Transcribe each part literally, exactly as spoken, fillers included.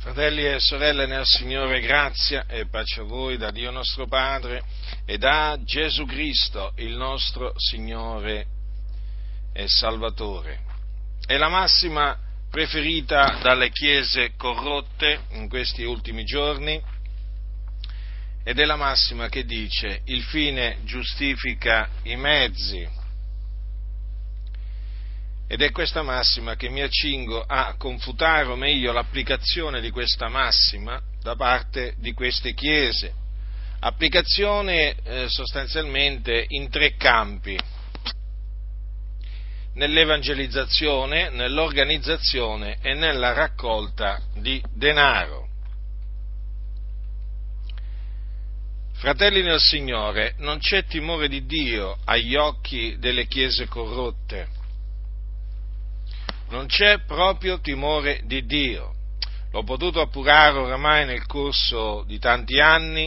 Fratelli e sorelle nel Signore, grazia e pace a voi da Dio nostro Padre e da Gesù Cristo, il nostro Signore e Salvatore. È la massima preferita dalle chiese corrotte in questi ultimi giorni ed è la massima che dice: il fine giustifica i mezzi. Ed è questa massima che mi accingo a confutare, o meglio l'applicazione di questa massima da parte di queste chiese. Applicazione eh, sostanzialmente in tre campi: nell'evangelizzazione, nell'organizzazione e nella raccolta di denaro. Fratelli nel Signore, non c'è timore di Dio agli occhi delle chiese corrotte. Non c'è proprio timore di Dio. L'ho potuto appurare oramai nel corso di tanti anni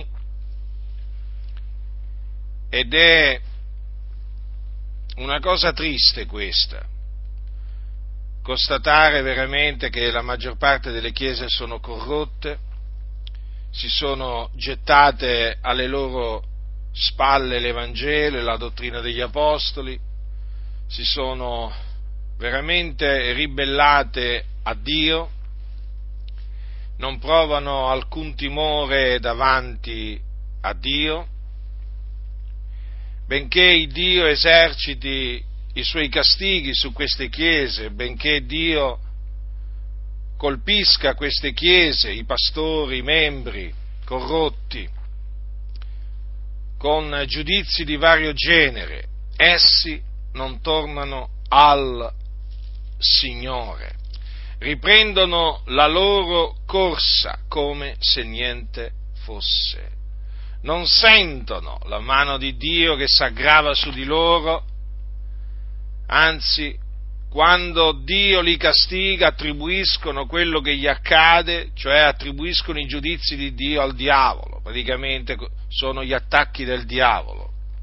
ed è una cosa triste questa, constatare veramente che la maggior parte delle chiese sono corrotte, si sono gettate alle loro spalle l'Evangelo e la dottrina degli Apostoli, si sono veramente ribellate a Dio, non provano alcun timore davanti a Dio, benché Dio eserciti i suoi castighi su queste chiese, benché Dio colpisca queste chiese, i pastori, i membri corrotti, con giudizi di vario genere, essi non tornano al Signore, riprendono la loro corsa come se niente fosse, non sentono la mano di Dio che s'aggrava su di loro, anzi, quando Dio li castiga attribuiscono quello che gli accade, cioè attribuiscono i giudizi di Dio al diavolo, praticamente sono gli attacchi del diavolo.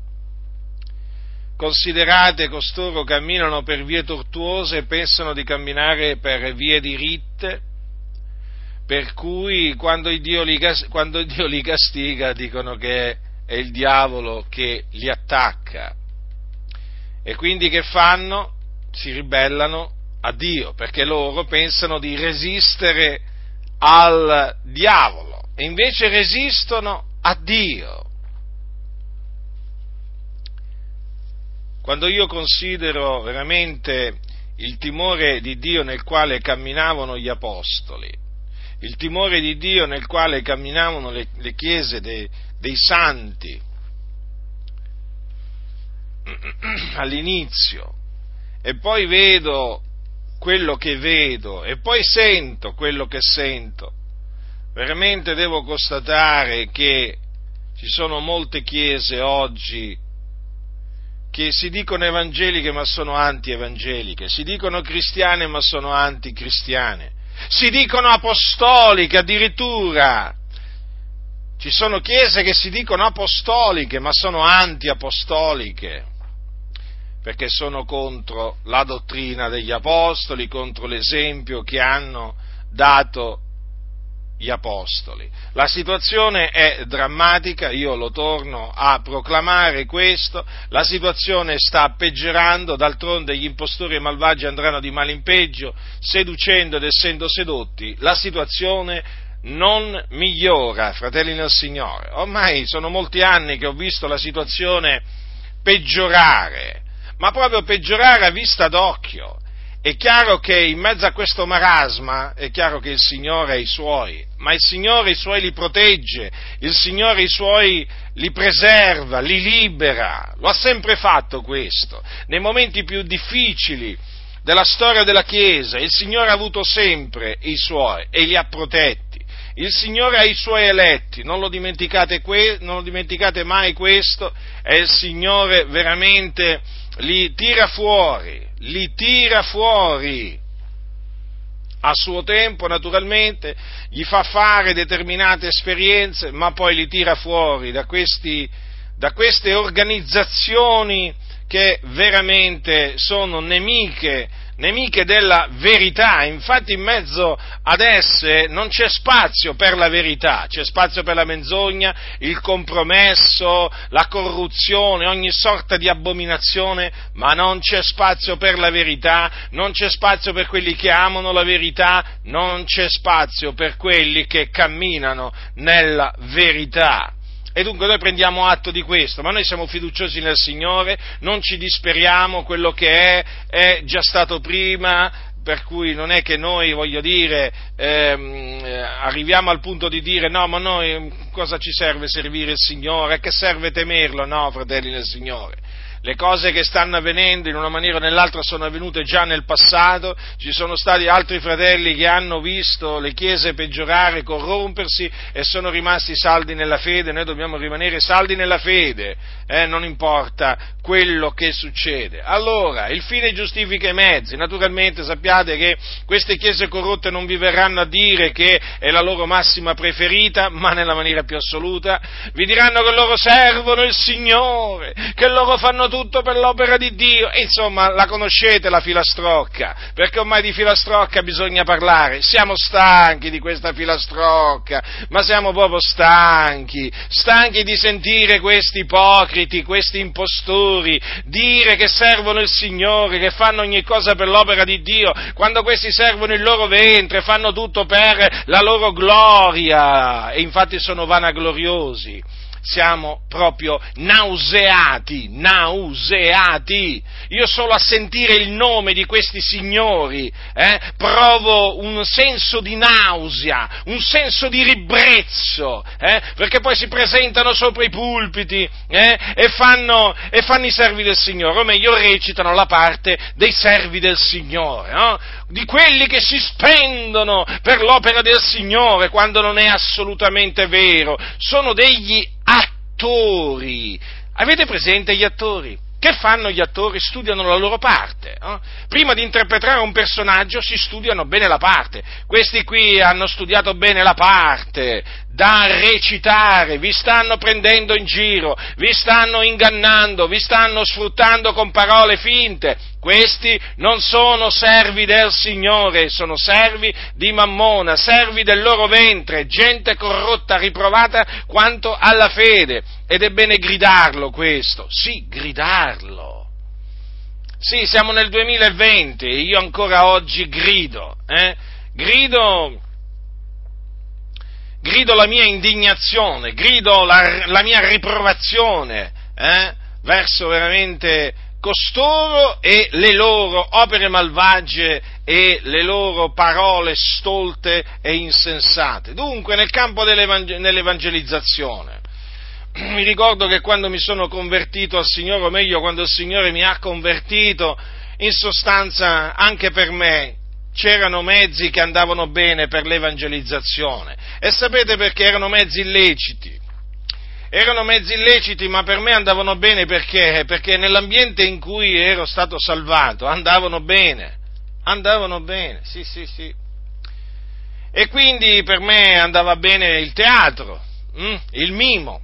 Considerate, costoro camminano per vie tortuose e pensano di camminare per vie diritte, per cui quando Dio li, quando Dio li castiga dicono che è il diavolo che li attacca. E quindi che fanno? Si ribellano a Dio, perché loro pensano di resistere al diavolo, e invece resistono a Dio. Quando io considero veramente il timore di Dio nel quale camminavano gli apostoli, il timore di Dio nel quale camminavano le, le chiese dei, dei santi all'inizio, e poi vedo quello che vedo, e poi sento quello che sento, veramente devo constatare che ci sono molte chiese oggi che si dicono evangeliche ma sono anti-evangeliche, si dicono cristiane ma sono anticristiane, si dicono apostoliche addirittura. Ci sono chiese che si dicono apostoliche ma sono anti-apostoliche, perché sono contro la dottrina degli apostoli, contro l'esempio che hanno dato gli apostoli. La situazione è drammatica, io lo torno a proclamare questo, la situazione sta peggiorando, d'altronde gli impostori e i malvagi andranno di male in peggio, seducendo ed essendo sedotti, la situazione non migliora, fratelli nel Signore. Ormai sono molti anni che ho visto la situazione peggiorare, ma proprio peggiorare a vista d'occhio. È chiaro che in mezzo a questo marasma, è chiaro che il Signore ha i Suoi, ma il Signore i Suoi li protegge, il Signore i Suoi li preserva, li libera, lo ha sempre fatto questo. Nei momenti più difficili della storia della Chiesa, il Signore ha avuto sempre i Suoi e li ha protetti. Il Signore ha i Suoi eletti, non lo dimenticate, que- non lo dimenticate mai questo, e il Signore veramente li tira fuori, li tira fuori. A suo tempo, naturalmente, gli fa fare determinate esperienze, ma poi li tira fuori da questi, da queste organizzazioni che veramente sono nemiche nemiche della verità. Infatti in mezzo ad esse non c'è spazio per la verità, c'è spazio per la menzogna, il compromesso, la corruzione, ogni sorta di abominazione, ma non c'è spazio per la verità, non c'è spazio per quelli che amano la verità, non c'è spazio per quelli che camminano nella verità. E dunque noi prendiamo atto di questo, ma noi siamo fiduciosi nel Signore, non ci disperiamo, quello che è è già stato prima, per cui non è che noi, voglio dire, ehm, arriviamo al punto di dire no, ma noi cosa ci serve servire il Signore, a che serve temerlo? No, fratelli del Signore. Le cose che stanno avvenendo in una maniera o nell'altra sono avvenute già nel passato, ci sono stati altri fratelli che hanno visto le chiese peggiorare, corrompersi e sono rimasti saldi nella fede. Noi dobbiamo rimanere saldi nella fede, eh, non importa quello che succede. Allora, il fine giustifica i mezzi, naturalmente sappiate che queste chiese corrotte non vi verranno a dire che è la loro massima preferita, ma nella maniera più assoluta, vi diranno che loro servono il Signore, che loro fanno tutto per l'opera di Dio, e insomma la conoscete la filastrocca, perché ormai di filastrocca bisogna parlare, siamo stanchi di questa filastrocca, ma siamo proprio stanchi, stanchi di sentire questi ipocriti, questi impostori, dire che servono il Signore, che fanno ogni cosa per l'opera di Dio, quando questi servono il loro ventre, fanno tutto per la loro gloria, e infatti sono vanagloriosi. Siamo proprio nauseati, nauseati. Io solo a sentire il nome di questi signori eh, provo un senso di nausea, un senso di ribrezzo, eh, perché poi si presentano sopra i pulpiti eh, e, fanno, e fanno i servi del Signore, o meglio recitano la parte dei servi del Signore, no? Di quelli che si spendono per l'opera del Signore, quando non è assolutamente vero. Sono degli attori. Avete presente gli attori? Che fanno gli attori? Studiano la loro parte. Eh? Prima di interpretare un personaggio si studiano bene la parte. Questi qui hanno studiato bene la parte da recitare, vi stanno prendendo in giro, vi stanno ingannando, vi stanno sfruttando con parole finte. Questi non sono servi del Signore, sono servi di Mammona, servi del loro ventre, gente corrotta, riprovata quanto alla fede. Ed è bene gridarlo questo, sì, gridarlo. Sì, siamo nel duemilaventi e io ancora oggi grido, eh? grido, grido la mia indignazione, grido la, la mia riprovazione eh? verso veramente costoro e le loro opere malvagie e le loro parole stolte e insensate. Dunque, nel campo dell'evangelizzazione, mi ricordo che quando mi sono convertito al Signore, o meglio, quando il Signore mi ha convertito, in sostanza anche per me c'erano mezzi che andavano bene per l'evangelizzazione. E sapete perché? Erano mezzi illeciti. Erano mezzi illeciti, ma per me andavano bene perché? Perché nell'ambiente in cui ero stato salvato andavano bene, andavano bene, sì, sì, sì. E quindi per me andava bene il teatro, hm? il mimo,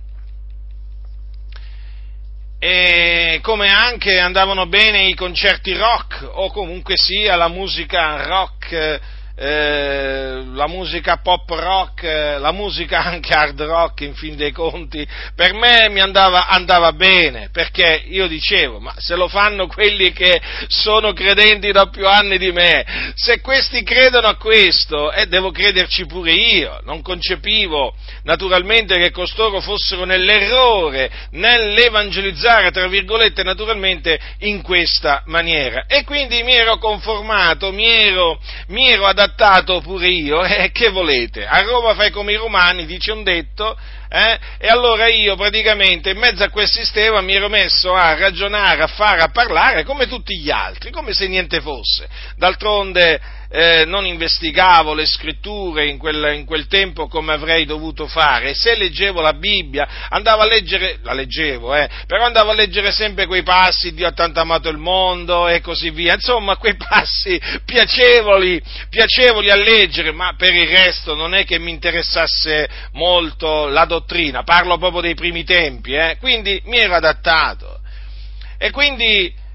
e come anche andavano bene i concerti rock, o comunque sia la musica rock, Eh, la musica pop rock, eh, la musica anche hard rock, in fin dei conti, per me mi andava, andava bene, perché io dicevo, ma se lo fanno quelli che sono credenti da più anni di me, se questi credono a questo, eh, devo crederci pure io. Non concepivo naturalmente che costoro fossero nell'errore, nell'evangelizzare, tra virgolette, naturalmente in questa maniera, e quindi mi ero conformato, mi ero, mi ero adattato pure io, eh, che volete? A Roma fai come i romani, dice un detto, eh, e allora io praticamente in mezzo a quel sistema mi ero messo a ragionare, a fare, a parlare come tutti gli altri, come se niente fosse. D'altronde eh, non investigavo le scritture in quel, in quel tempo come avrei dovuto fare, se leggevo la Bibbia andavo a leggere, la leggevo, eh, però andavo a leggere sempre quei passi, Dio ha tanto amato il mondo e così via, insomma quei passi piacevoli, piacevoli a leggere, ma per il resto non è che mi interessasse molto la dottrina, parlo proprio dei primi tempi, eh, quindi mi ero adattato. E quindi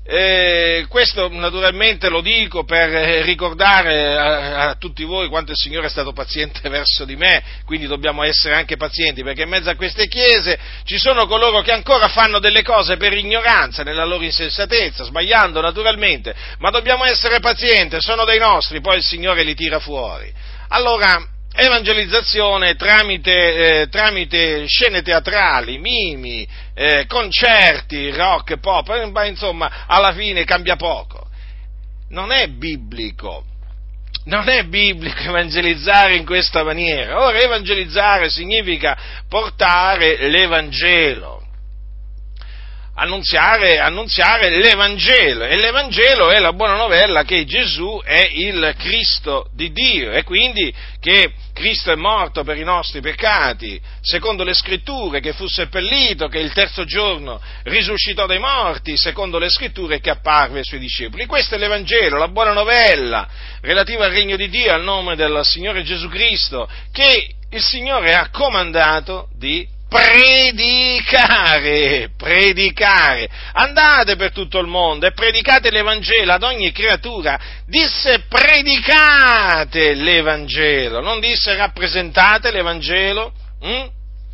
Eh, questo naturalmente lo dico per ricordare a, a tutti voi quanto il Signore è stato paziente verso di me, quindi dobbiamo essere anche pazienti, perché in mezzo a queste chiese ci sono coloro che ancora fanno delle cose per ignoranza, nella loro insensatezza, sbagliando naturalmente, ma dobbiamo essere pazienti, sono dei nostri, poi il Signore li tira fuori. Allora, evangelizzazione tramite, eh, tramite scene teatrali, mimi, eh, concerti, rock, pop, eh, insomma, alla fine cambia poco. Non è biblico, non è biblico evangelizzare in questa maniera. Ora, evangelizzare significa portare l'Evangelo. Annunziare, annunziare l'Evangelo, e l'Evangelo è la buona novella che Gesù è il Cristo di Dio, e quindi che Cristo è morto per i nostri peccati, secondo le Scritture, che fu seppellito, che il terzo giorno risuscitò dai morti, secondo le Scritture, che apparve ai suoi discepoli. Questo è l'Evangelo, la buona novella relativa al regno di Dio, al nome del Signore Gesù Cristo, che il Signore ha comandato di predicare, predicare, andate per tutto il mondo e predicate l'Evangelo ad ogni creatura. Disse predicate l'Evangelo, non disse rappresentate l'Evangelo, hm?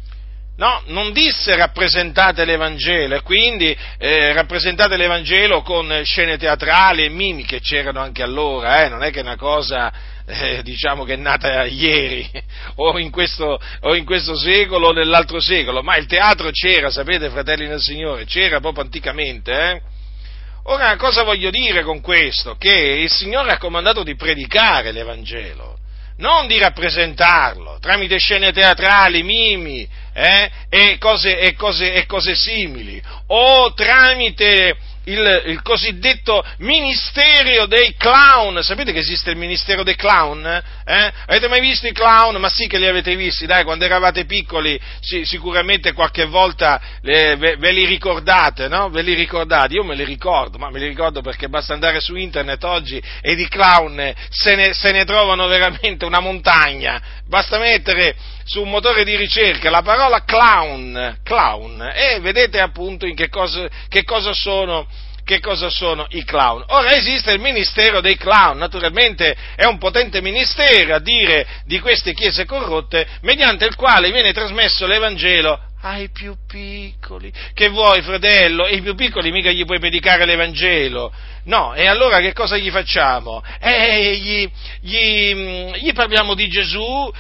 No, non disse rappresentate l'Evangelo, e quindi eh, rappresentate l'Evangelo con scene teatrali e mimiche, c'erano anche allora, eh, non è che è una cosa, eh, diciamo, che è nata ieri, o in questo, o in questo secolo o nell'altro secolo, ma il teatro c'era, sapete, fratelli nel Signore, c'era proprio anticamente, eh. Ora, cosa voglio dire con questo? Che il Signore ha comandato di predicare l'Evangelo, non di rappresentarlo, tramite scene teatrali, mimi, eh, e, cose, e, cose, e cose simili, o tramite il, il cosiddetto ministero dei clown. Sapete che esiste il ministero dei clown? Eh? Avete mai visto i clown? Ma sì che li avete visti, dai, quando eravate piccoli, sì, sicuramente qualche volta le, ve, ve li ricordate, no? Ve li ricordate, io me li ricordo, ma me li ricordo perché basta andare su internet oggi e di clown se ne, se ne trovano veramente una montagna, basta mettere su un motore di ricerca la parola clown, clown, e vedete appunto in che cosa, che cosa sono, che cosa sono i clown. Ora esiste il ministero dei clown, naturalmente è un potente ministero, a dire di queste chiese corrotte, mediante il quale viene trasmesso l'Evangelo ai più piccoli. Che vuoi, fratello? E i più piccoli mica gli puoi predicare l'Evangelo. No, e allora che cosa gli facciamo? Eh, gli, gli, gli parliamo di Gesù,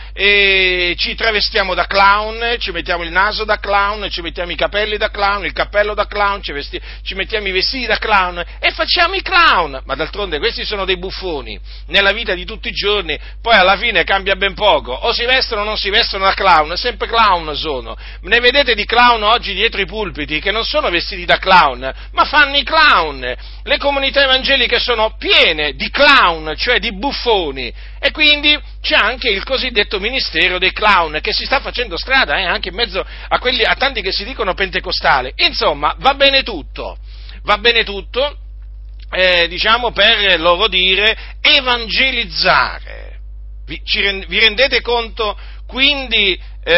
e ci travestiamo da clown, ci mettiamo il naso da clown, ci mettiamo i capelli da clown, il cappello da clown, ci, vesti, ci mettiamo i vestiti da clown e facciamo i clown. Ma d'altronde questi sono dei buffoni nella vita di tutti i giorni, poi alla fine cambia ben poco, o si vestono o non si vestono da clown, sempre clown sono. Ne vedete di clown oggi dietro i pulpiti che non sono vestiti da clown, ma fanno i clown. Le comunità evangeliche sono piene di clown, cioè di buffoni, e quindi c'è anche il cosiddetto ministero dei clown che si sta facendo strada, eh, anche in mezzo a quelli, a tanti che si dicono pentecostali. Insomma, va bene tutto, va bene tutto, eh, diciamo, per loro dire evangelizzare. Vi, ci, vi rendete conto quindi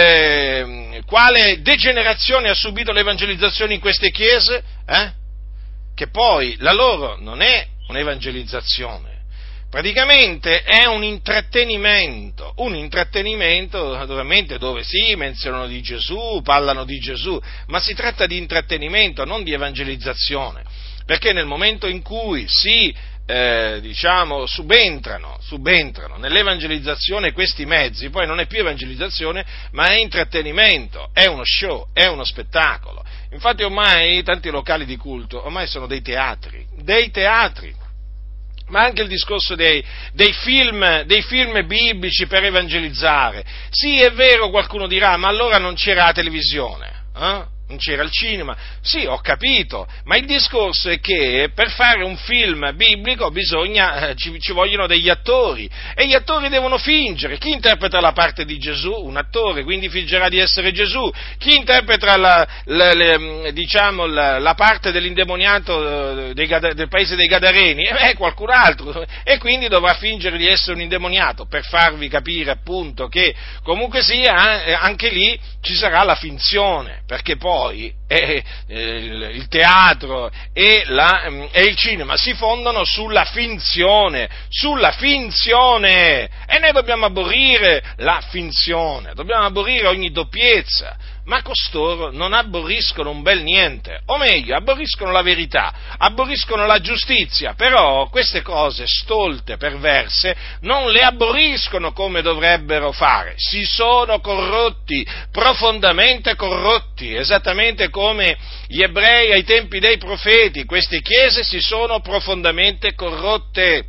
eh, quale degenerazione ha subito l'evangelizzazione in queste chiese? Eh? Che poi la loro non è un'evangelizzazione, praticamente è un intrattenimento, un intrattenimento naturalmente dove sì, menzionano di Gesù, parlano di Gesù, ma si tratta di intrattenimento, non di evangelizzazione, perché nel momento in cui si Eh, diciamo, subentrano, subentrano nell'evangelizzazione questi mezzi, poi non è più evangelizzazione, ma è intrattenimento, è uno show, è uno spettacolo. Infatti ormai tanti locali di culto ormai sono dei teatri, dei teatri. Ma anche il discorso dei, dei film, dei film biblici per evangelizzare. Sì, è vero, qualcuno dirà, ma allora non c'era la televisione, eh? Non c'era il cinema, sì, ho capito, ma il discorso è che per fare un film biblico bisogna, eh, ci, ci vogliono degli attori, e gli attori devono fingere. Chi interpreta la parte di Gesù? Un attore, quindi fingerà di essere Gesù. Chi interpreta la, la, le, diciamo, la, la parte dell'indemoniato dei, del paese dei Gadareni? Eh, qualcun altro, e quindi dovrà fingere di essere un indemoniato, per farvi capire appunto che comunque sia, eh, anche lì ci sarà la finzione, perché poi poi eh, eh, il, il teatro e, la, e il cinema si fondano sulla finzione, sulla finzione, e noi dobbiamo aborrire la finzione, dobbiamo aborrire ogni doppiezza, ma costoro non aborriscono un bel niente, o meglio, aborriscono la verità, aborriscono la giustizia, però queste cose stolte, perverse, non le aborriscono come dovrebbero fare, si sono corrotti, profondamente corrotti, esattamente come gli ebrei ai tempi dei profeti, queste chiese si sono profondamente corrotte.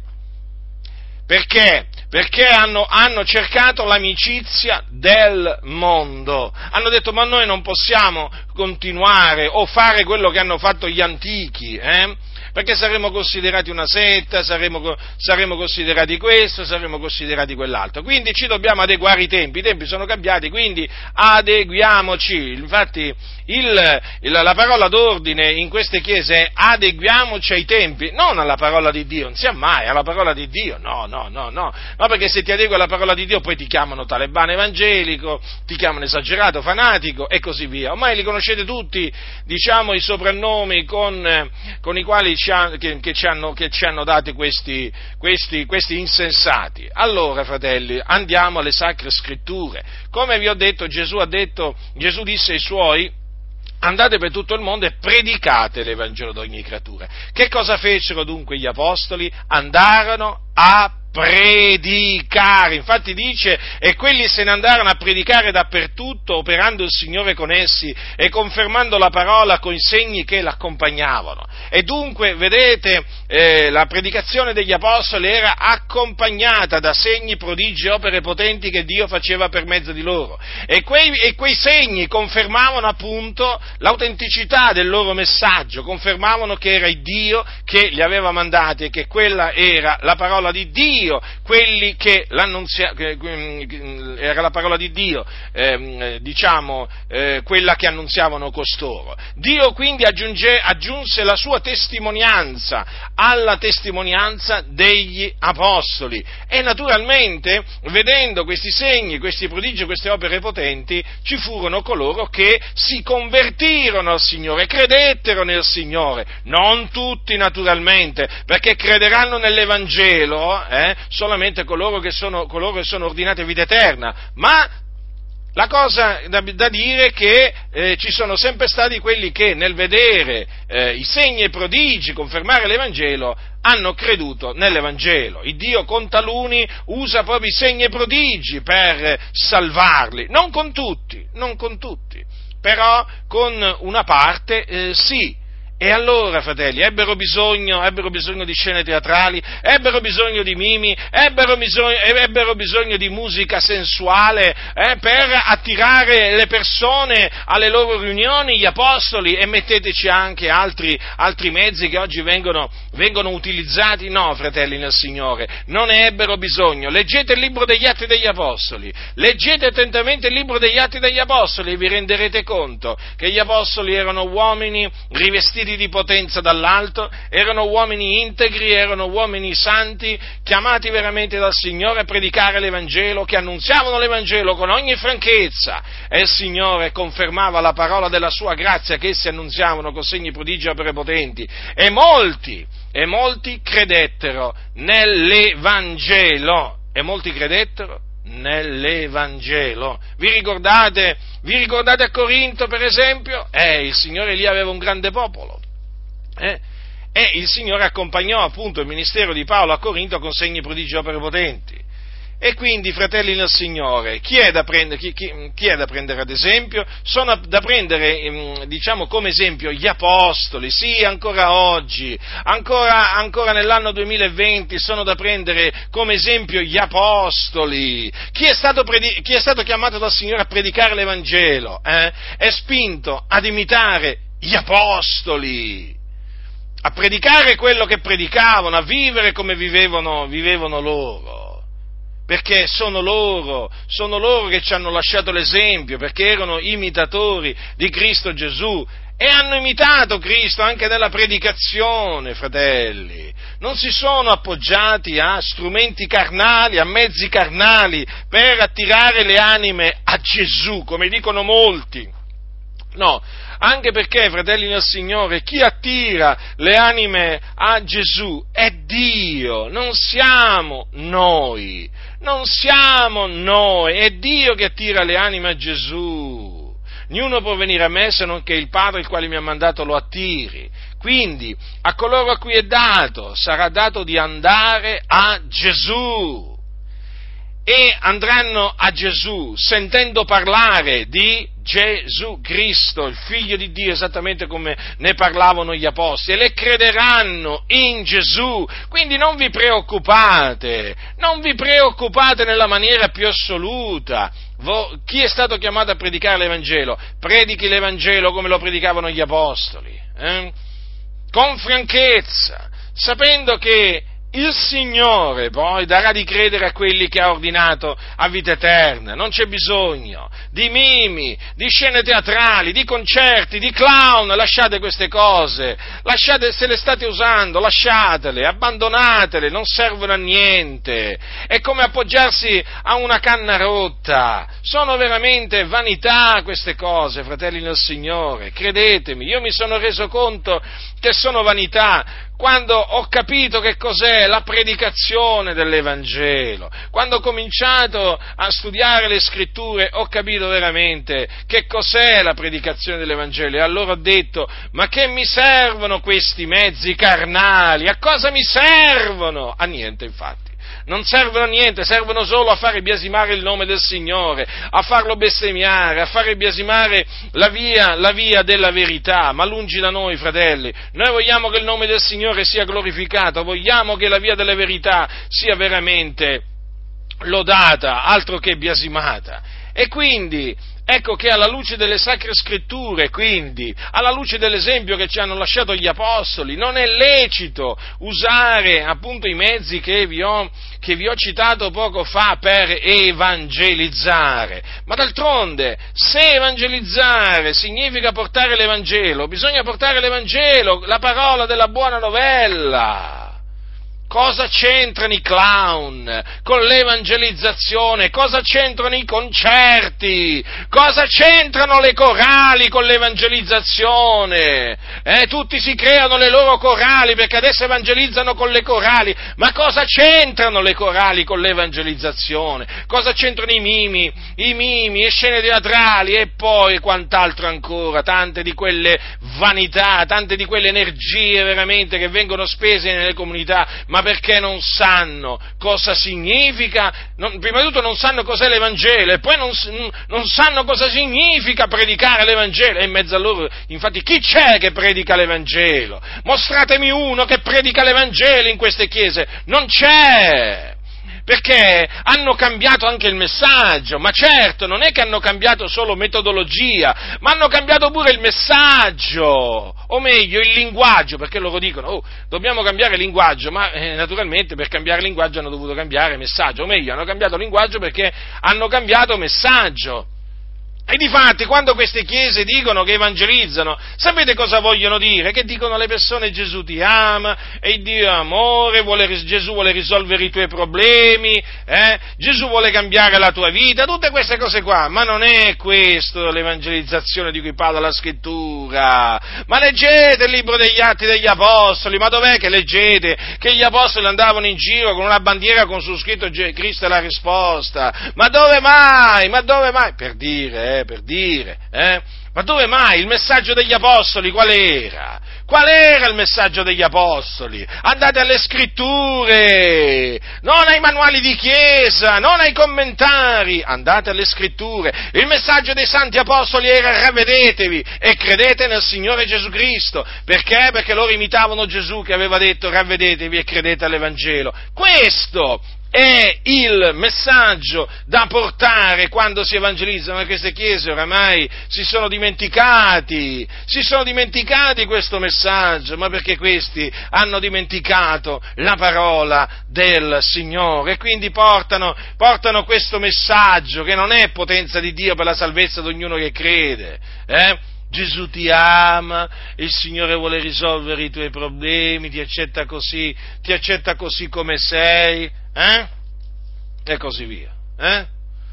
Perché? Perché hanno, hanno cercato l'amicizia del mondo. Hanno detto: ma noi non possiamo continuare o fare quello che hanno fatto gli antichi, eh? Perché saremo considerati una setta, saremo, saremo considerati questo, saremo considerati quell'altro. Quindi ci dobbiamo adeguare ai tempi, i tempi sono cambiati, quindi adeguiamoci. Infatti il, il, la parola d'ordine in queste chiese è: adeguiamoci ai tempi, non alla parola di Dio, non sia mai alla parola di Dio, no, no, no, no, no, perché se ti adegui alla parola di Dio poi ti chiamano talebano evangelico, ti chiamano esagerato, fanatico e così via. Ormai li conoscete tutti, diciamo, i soprannomi con, con i quali ci ha, che, che, ci hanno, che ci hanno dati questi, questi, questi insensati. Allora, fratelli, andiamo alle sacre scritture. Come vi ho detto, Gesù ha detto, Gesù disse ai suoi: andate per tutto il mondo e predicate l'Evangelo ad ogni creatura. Che cosa fecero dunque gli apostoli? Andarono a predicare, infatti dice: e quelli se ne andarono a predicare dappertutto, operando il Signore con essi e confermando la parola con i segni che l'accompagnavano. E dunque, vedete, eh, la predicazione degli apostoli era accompagnata da segni, prodigi e opere potenti che Dio faceva per mezzo di loro, e quei, e quei segni confermavano appunto l'autenticità del loro messaggio, confermavano che era il Dio che li aveva mandati e che quella era la parola di Dio, quelli che l'annunzia, che, era la parola di Dio, eh, diciamo, eh, quella che annunziavano costoro. Dio quindi aggiunge, aggiunse la sua testimonianza alla testimonianza degli apostoli, e naturalmente, vedendo questi segni, questi prodigi, queste opere potenti, ci furono coloro che si convertirono al Signore, credettero nel Signore, non tutti naturalmente, perché crederanno nell'Evangelo, eh, solamente coloro che sono, coloro che sono ordinati a vita eterna, ma la cosa da, da dire è che eh, ci sono sempre stati quelli che nel vedere eh, i segni e i prodigi confermare l'Evangelo hanno creduto nell'Evangelo. Il Dio con taluni usa proprio i segni e i prodigi per salvarli, non con tutti, non con tutti, però con una parte eh, sì. E allora, fratelli, ebbero bisogno, ebbero bisogno di scene teatrali, ebbero bisogno di mimi, ebbero bisogno, ebbero bisogno di musica sensuale eh, per attirare le persone alle loro riunioni, gli apostoli, e metteteci anche altri, altri mezzi che oggi vengono, vengono utilizzati. No, fratelli nel Signore, non ne ebbero bisogno. Leggete il libro degli Atti degli Apostoli, leggete attentamente il libro degli Atti degli Apostoli e vi renderete conto che gli apostoli erano uomini rivestiti di potenza dall'alto, erano uomini integri, erano uomini santi, chiamati veramente dal Signore a predicare l'Evangelo, che annunziavano l'Evangelo con ogni franchezza, e il Signore confermava la parola della sua grazia che essi annunziavano con segni, prodigi e opere potenti, e molti, e molti credettero nell'Evangelo, e molti credettero nell'Evangelo. Vi ricordate, vi ricordate a Corinto, per esempio? Eh, il Signore lì aveva un grande popolo, eh? E il Signore accompagnò appunto il ministero di Paolo a Corinto con segni, prodigi e opere potenti. E quindi, fratelli nel Signore, chi è da prendere, chi, chi, chi è da prendere ad esempio? Sono da prendere, diciamo, come esempio gli apostoli, sì, ancora oggi, ancora, ancora nell'anno duemilaventi sono da prendere come esempio gli apostoli. Chi è stato, predi- chi è stato chiamato dal Signore a predicare l'Evangelo, eh? È spinto ad imitare gli apostoli, a predicare quello che predicavano, a vivere come vivevano, vivevano loro. Perché sono loro, sono loro che ci hanno lasciato l'esempio, perché erano imitatori di Cristo Gesù e hanno imitato Cristo anche nella predicazione, fratelli. Non si sono appoggiati a strumenti carnali, a mezzi carnali per attirare le anime a Gesù, come dicono molti. No, anche perché, fratelli nel Signore, chi attira le anime a Gesù è Dio, non siamo noi, non siamo noi, è Dio che attira le anime a Gesù. Niuno può venire a me se non che il Padre, il quale mi ha mandato, lo attiri. Quindi, a coloro a cui è dato, sarà dato di andare a Gesù. E andranno a Gesù sentendo parlare di Gesù Cristo, il Figlio di Dio, esattamente come ne parlavano gli Apostoli, e le crederanno in Gesù. Quindi non vi preoccupate, non vi preoccupate nella maniera più assoluta. Chi è stato chiamato a predicare l'Evangelo? Predichi l'Evangelo come lo predicavano gli Apostoli, eh? Con franchezza, sapendo che il Signore poi darà di credere a quelli che ha ordinato a vita eterna. Non c'è bisogno di mimi, di scene teatrali, di concerti, di clown. Lasciate queste cose, lasciate, se le state usando, lasciatele, abbandonatele, non servono a niente. È come appoggiarsi a una canna rotta. Sono veramente vanità queste cose, fratelli nel Signore. Credetemi, io mi sono reso conto che sono vanità quando ho capito che cos'è la predicazione dell'Evangelo. Quando ho cominciato a studiare le Scritture ho capito veramente che cos'è la predicazione dell'Evangelo, e allora ho detto: ma che mi servono questi mezzi carnali? A cosa mi servono? A niente, infatti. Non servono a niente, servono solo a fare biasimare il nome del Signore, a farlo bestemmiare, a fare biasimare la via, la via della verità. Ma lungi da noi, fratelli, noi vogliamo che il nome del Signore sia glorificato, vogliamo che la via della verità sia veramente lodata, altro che biasimata. E quindi ecco che alla luce delle Sacre Scritture, quindi alla luce dell'esempio che ci hanno lasciato gli Apostoli, non è lecito usare appunto i mezzi che vi ho, che vi ho citato poco fa per evangelizzare. Ma d'altronde, se evangelizzare significa portare l'Evangelo, bisogna portare l'Evangelo, la parola della buona novella. Cosa c'entrano i clown con l'evangelizzazione? Cosa c'entrano i concerti? Cosa c'entrano le corali con l'evangelizzazione? Eh, tutti si creano le loro corali perché adesso evangelizzano con le corali, ma cosa c'entrano le corali con l'evangelizzazione? Cosa c'entrano i mimi, i mimi, le scene teatrali e poi quant'altro ancora? Tante di quelle vanità, tante di quelle energie veramente che vengono spese nelle comunità, ma perché non sanno cosa significa, non, prima di tutto non sanno cos'è l'Evangelo, e poi non, non sanno cosa significa predicare l'Evangelo. E in mezzo a loro, infatti, chi c'è che predica l'Evangelo? Mostratemi uno che predica l'Evangelo in queste chiese. Non c'è! Perché hanno cambiato anche il messaggio, ma certo, non è che hanno cambiato solo metodologia, ma hanno cambiato pure il messaggio, o meglio il linguaggio, perché loro dicono: oh, dobbiamo cambiare linguaggio, ma eh, naturalmente per cambiare linguaggio hanno dovuto cambiare messaggio, o meglio, hanno cambiato linguaggio perché hanno cambiato messaggio. E difatti, quando queste chiese dicono che evangelizzano, sapete cosa vogliono dire? Che dicono alle persone: Gesù ti ama, e Dio è amore, vuole, Gesù vuole risolvere i tuoi problemi, eh? Gesù vuole cambiare la tua vita, tutte queste cose qua. Ma non è questo l'evangelizzazione di cui parla la Scrittura. Ma leggete il libro degli Atti degli Apostoli, ma dov'è che leggete che gli Apostoli andavano in giro con una bandiera con su scritto Cristo è la risposta? Ma dove mai? Ma dove mai? Per dire, eh? per dire, eh? Ma dove mai? Il messaggio degli Apostoli qual era? Qual era il messaggio degli Apostoli? Andate alle Scritture, non ai manuali di chiesa, non ai commentari, andate alle Scritture. Il messaggio dei Santi Apostoli era: ravvedetevi e credete nel Signore Gesù Cristo. Perché? Perché loro imitavano Gesù che aveva detto: ravvedetevi e credete all'Evangelo. Questo è il messaggio da portare quando si evangelizzano, e queste chiese oramai si sono dimenticati, si sono dimenticati questo messaggio, ma perché questi hanno dimenticato la parola del Signore, e quindi portano, portano questo messaggio che non è potenza di Dio per la salvezza di ognuno che crede, eh? Gesù ti ama, il Signore vuole risolvere i tuoi problemi, ti accetta così, ti accetta così come sei, eh? E così via, eh?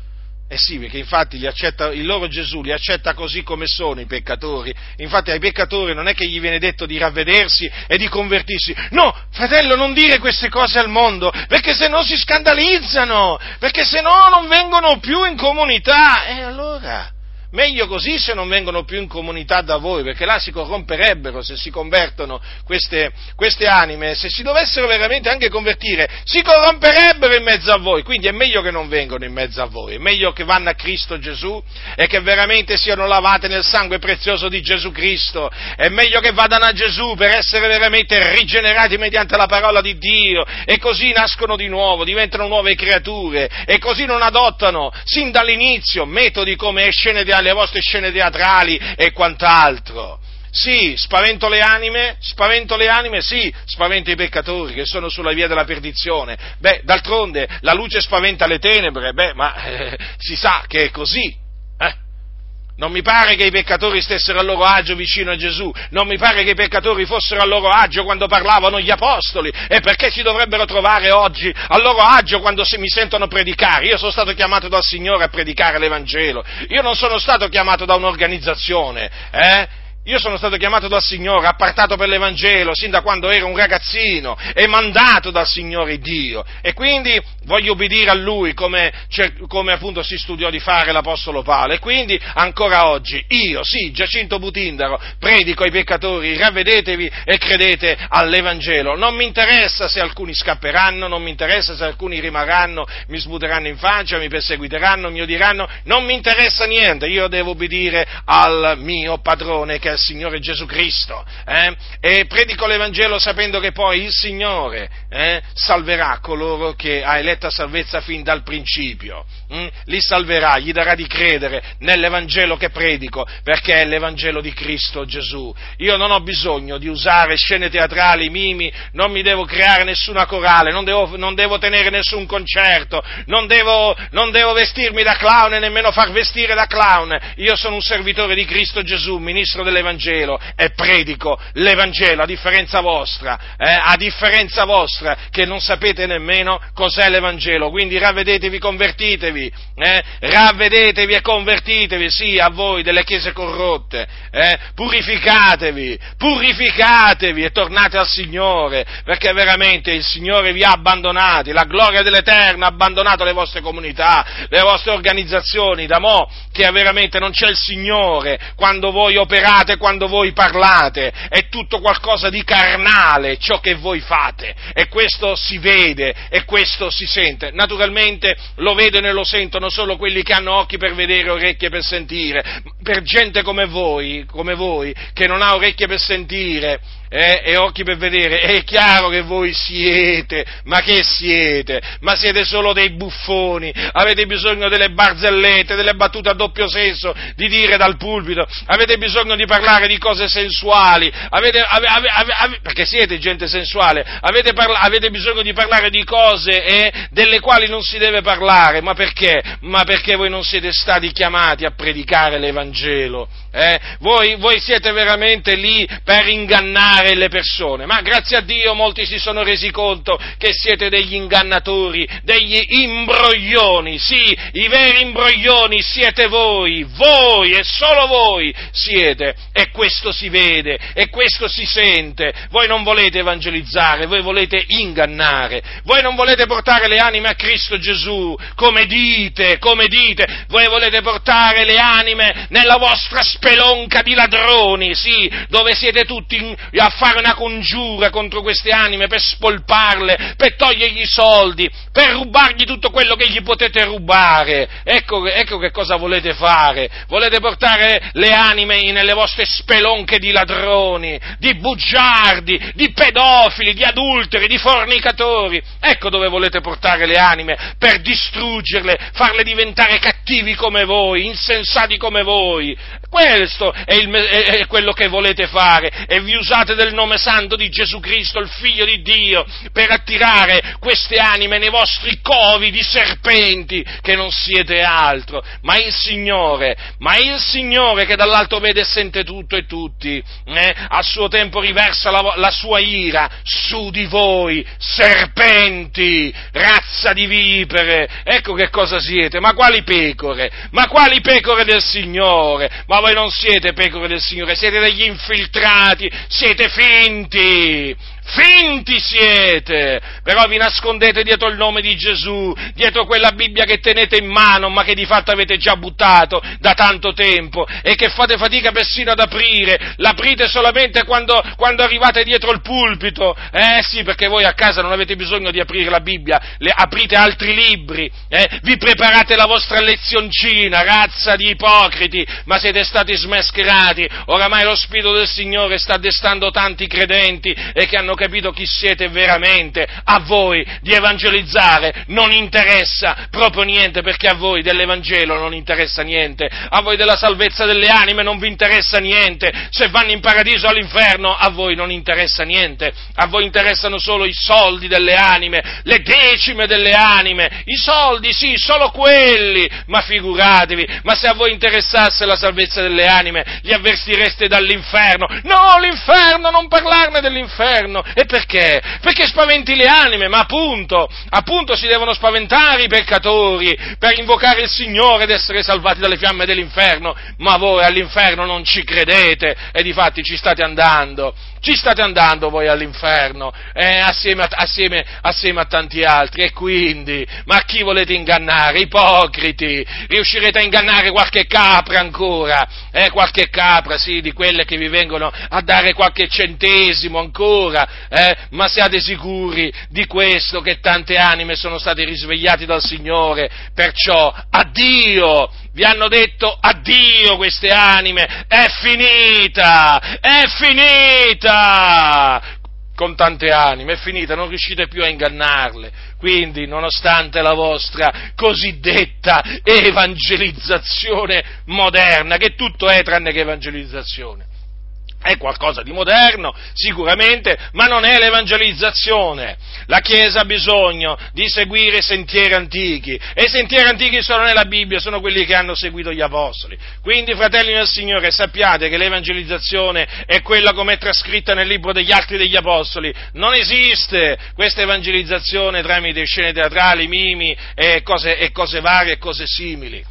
Eh sì, perché infatti li accetta, il loro Gesù li accetta così come sono i peccatori. Infatti ai peccatori non è che gli viene detto di ravvedersi e di convertirsi. No, fratello, non dire queste cose al mondo, perché se no si scandalizzano, perché se no non vengono più in comunità. E allora, meglio così se non vengono più in comunità da voi, perché là si corromperebbero se si convertono queste, queste anime, se si dovessero veramente anche convertire, si corromperebbero in mezzo a voi, quindi è meglio che non vengano in mezzo a voi, è meglio che vanno a Cristo Gesù e che veramente siano lavate nel sangue prezioso di Gesù Cristo, è meglio che vadano a Gesù per essere veramente rigenerati mediante la parola di Dio e così nascono di nuovo, diventano nuove creature e così non adottano sin dall'inizio metodi come scene di le vostre scene teatrali e quant'altro. Sì, spavento le anime, spavento le anime, sì, spavento i peccatori che sono sulla via della perdizione. Beh, d'altronde la luce spaventa le tenebre, beh, ma eh, si sa che è così, eh? Non mi pare che i peccatori stessero a loro agio vicino a Gesù, non mi pare che i peccatori fossero a loro agio quando parlavano gli apostoli, e perché si dovrebbero trovare oggi a loro agio quando si, mi sentono predicare? Io sono stato chiamato dal Signore a predicare l'Evangelo, io non sono stato chiamato da un'organizzazione, eh? Io sono stato chiamato dal Signore, appartato per l'Evangelo, sin da quando ero un ragazzino, e mandato dal Signore Dio, e quindi voglio ubbidire a Lui come, come appunto si studiò di fare l'Apostolo Paolo, e quindi ancora oggi, io, sì, Giacinto Butindaro, predico ai peccatori, ravvedetevi e credete all'Evangelo. Non mi interessa se alcuni scapperanno, non mi interessa se alcuni rimarranno, mi sputeranno in faccia, mi perseguiteranno, mi odieranno, non mi interessa niente, io devo ubbidire al mio padrone che è il Signore Gesù Cristo, eh? E predico l'Evangelo sapendo che poi il Signore eh, salverà coloro che ha eletto a salvezza fin dal principio, hm? Li salverà, gli darà di credere nell'Evangelo che predico, perché è l'Evangelo di Cristo Gesù. Io non ho bisogno di usare scene teatrali, mimi, non mi devo creare nessuna corale, non devo, non devo tenere nessun concerto, non devo, non devo vestirmi da clown e nemmeno far vestire da clown. Io sono un servitore di Cristo Gesù, ministro dell'Evangelo, e predico l'Evangelo, a differenza vostra, eh, a differenza vostra, che non sapete nemmeno cos'è l'Evangelo. Quindi ravvedetevi, convertitevi, eh, ravvedetevi e convertitevi, sì, a voi delle chiese corrotte, eh, purificatevi, purificatevi e tornate al Signore, perché veramente il Signore vi ha abbandonati, la gloria dell'Eterno ha abbandonato le vostre comunità, le vostre organizzazioni, da mo' che veramente non c'è il Signore quando voi operate, quando voi parlate, è tutto qualcosa di carnale ciò che voi fate, e questo si vede e questo si sente. Naturalmente lo vedono e lo sentono solo quelli che hanno occhi per vedere, orecchie per sentire. Per gente come voi, come voi, che non ha orecchie per sentire eh, e occhi per vedere, è chiaro che voi siete, ma che siete? Ma siete solo dei buffoni, avete bisogno delle barzellette, delle battute a doppio senso, di dire dal pulpito, avete bisogno di parlare di cose sensuali, avete, ave, ave, ave, ave, perché siete gente sensuale, avete, parla, avete bisogno di parlare di cose eh, delle quali non si deve parlare, ma perché? Ma perché voi non siete stati chiamati a predicare l'Evangelo, eh? Voi, voi siete veramente lì per ingannare le persone, ma grazie a Dio molti si sono resi conto che siete degli ingannatori, degli imbroglioni, sì, i veri imbroglioni siete voi, voi e solo voi siete, e questo si vede, e questo si sente. Voi non volete evangelizzare, voi volete ingannare, voi non volete portare le anime a Cristo Gesù, come dite, come dite, voi volete portare le anime nella vostra spelonca di ladroni, sì, dove siete tutti in, a fare una congiura contro queste anime, per spolparle, per togliergli i soldi, per rubargli tutto quello che gli potete rubare. Ecco, ecco che cosa volete fare, volete portare le anime nelle vostre spelonche di ladroni, di bugiardi, di pedofili, di adulteri, di fornicatori. Ecco dove volete portare le anime, per distruggerle, farle diventare cattivi come voi, insensati come voi. Questo è, il, è quello che volete fare, e vi usate del nome santo di Gesù Cristo, il Figlio di Dio, per attirare queste anime nei vostri covi di serpenti, che non siete altro, ma il Signore, ma il Signore che dall'alto vede e sente tutto e tutti, eh, a suo tempo riversa la, la sua ira su di voi, serpenti, razza di vipere. Ecco che cosa siete, ma quali pecore? pecore, ma quali pecore del Signore? Ma voi non siete pecore del Signore, siete degli infiltrati, siete finti, finti siete, però vi nascondete dietro il nome di Gesù, dietro quella Bibbia che tenete in mano, ma che di fatto avete già buttato da tanto tempo, e che fate fatica persino ad aprire, l'aprite solamente quando, quando arrivate dietro il pulpito, eh sì, perché voi a casa non avete bisogno di aprire la Bibbia, le, aprite altri libri, eh? Vi preparate la vostra lezioncina, razza di ipocriti, ma siete stati smascherati, oramai lo Spirito del Signore sta destando tanti credenti e che hanno capito chi siete veramente. A voi di evangelizzare non interessa proprio niente, perché a voi dell'Evangelo non interessa niente, a voi della salvezza delle anime non vi interessa niente, se vanno in paradiso o all'inferno a voi non interessa niente, a voi interessano solo i soldi delle anime, le decime delle anime, i soldi sì, solo quelli, ma figuratevi, ma se a voi interessasse la salvezza delle anime li avvertireste dall'inferno. No, l'inferno, non parlarne dell'inferno. E perché? Perché spaventi le anime, ma appunto, appunto si devono spaventare i peccatori per invocare il Signore ed essere salvati dalle fiamme dell'inferno, ma voi all'inferno non ci credete e difatti ci state andando. Ci state andando voi all'inferno, eh, assieme, a, assieme, assieme a tanti altri, e quindi, ma chi volete ingannare? Ipocriti, riuscirete a ingannare qualche capra ancora, eh, qualche capra, sì, di quelle che vi vengono a dare qualche centesimo ancora, eh, ma siate sicuri di questo, che tante anime sono state risvegliate dal Signore, perciò addio! Vi hanno detto addio queste anime, è finita, è finita, con tante anime, è finita, non riuscite più a ingannarle, quindi nonostante la vostra cosiddetta evangelizzazione moderna, che tutto è tranne che evangelizzazione, è qualcosa di moderno, sicuramente, ma non è l'evangelizzazione. La Chiesa ha bisogno di seguire i sentieri antichi, e i sentieri antichi sono nella Bibbia, sono quelli che hanno seguito gli Apostoli. Quindi, fratelli del Signore, sappiate che l'evangelizzazione è quella come è trascritta nel libro degli Atti degli Apostoli. Non esiste questa evangelizzazione tramite scene teatrali, mimi e cose, e cose varie e cose simili.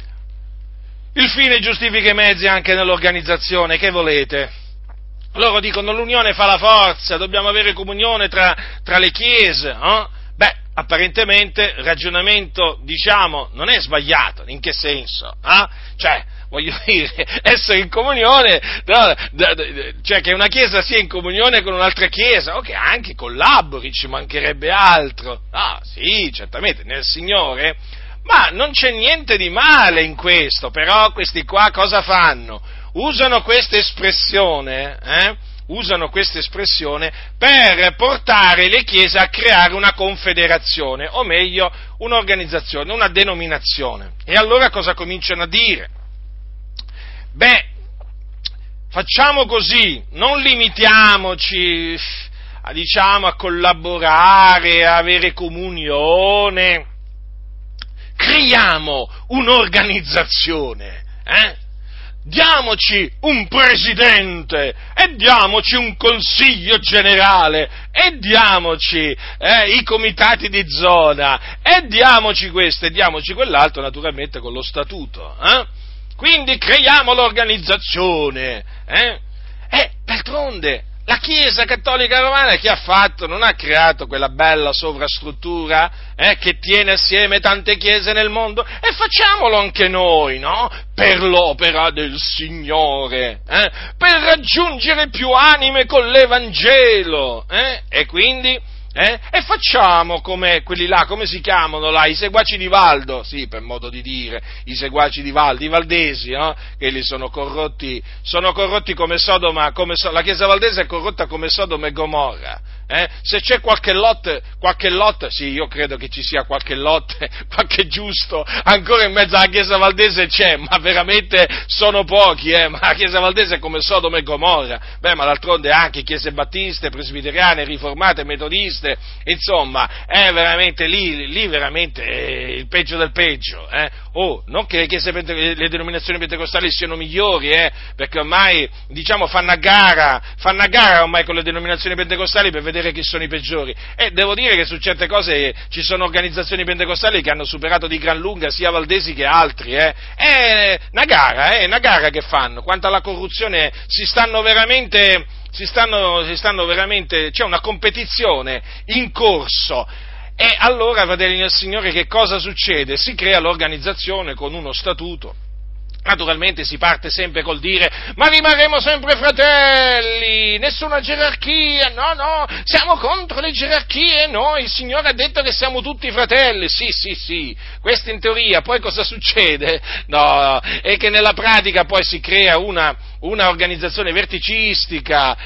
Il fine giustifica i mezzi anche nell'organizzazione, che volete? Loro dicono l'unione fa la forza, dobbiamo avere comunione tra, tra le chiese, eh? Beh, apparentemente il ragionamento, diciamo, non è sbagliato, in che senso? Eh? Cioè, voglio dire, essere in comunione, no, cioè che una chiesa sia in comunione con un'altra chiesa, o che anche collabori, ci mancherebbe altro. Ah, sì, certamente, nel Signore, ma non c'è niente di male in questo, però questi qua cosa fanno? Usano questa espressione, eh? Usano questa espressione per portare le chiese a creare una confederazione, o meglio, un'organizzazione, una denominazione. E allora cosa cominciano a dire? Beh, facciamo così, non limitiamoci a, diciamo, a collaborare, a avere comunione, creiamo un'organizzazione, eh? Diamoci un presidente e diamoci un consiglio generale e diamoci eh, i comitati di zona e diamoci questo e diamoci quell'altro, naturalmente con lo statuto. Eh? Quindi creiamo l'organizzazione. Eh? E d'altronde la Chiesa Cattolica Romana che ha fatto? Non ha creato quella bella sovrastruttura eh, che tiene assieme tante chiese nel mondo? E facciamolo anche noi, no? Per l'opera del Signore, eh? Per raggiungere più anime con l'Evangelo, eh? E quindi... Eh? E facciamo come quelli là, come si chiamano là, i seguaci di Valdo, sì, per modo di dire, i seguaci di Valdo, i valdesi, no? Che li sono corrotti, sono corrotti come Sodoma, come so, la Chiesa valdese è corrotta come Sodoma e Gomorra, eh? Se c'è qualche lot, qualche lot, sì, io credo che ci sia qualche lot, qualche giusto, ancora in mezzo alla Chiesa valdese c'è, ma veramente sono pochi, eh? Ma la Chiesa valdese è come Sodoma e Gomorra, beh, ma d'altronde anche chiese battiste, presbiteriane, riformate, metodiste, insomma, è veramente lì, lì veramente è il peggio del peggio, eh? Oh, non che le chiese, le denominazioni pentecostali siano migliori, eh? Perché ormai, diciamo, fanno a gara, fanno a gara ormai con le denominazioni pentecostali per vedere vedere chi sono i peggiori. E devo dire che su certe cose ci sono organizzazioni pentecostali che hanno superato di gran lunga sia Valdesi che altri, eh. È una gara, è una gara che fanno. Quanto alla corruzione si stanno veramente, si stanno, si stanno veramente, c'è una competizione in corso. E allora, fratelli del Signore, che cosa succede? Si crea l'organizzazione con uno statuto. Naturalmente si parte sempre col dire, ma rimarremo sempre fratelli, nessuna gerarchia, no, no, siamo contro le gerarchie, noi, il Signore ha detto che siamo tutti fratelli, sì, sì, sì, questo in teoria, poi cosa succede? No, è che nella pratica poi si crea una, una organizzazione verticistica,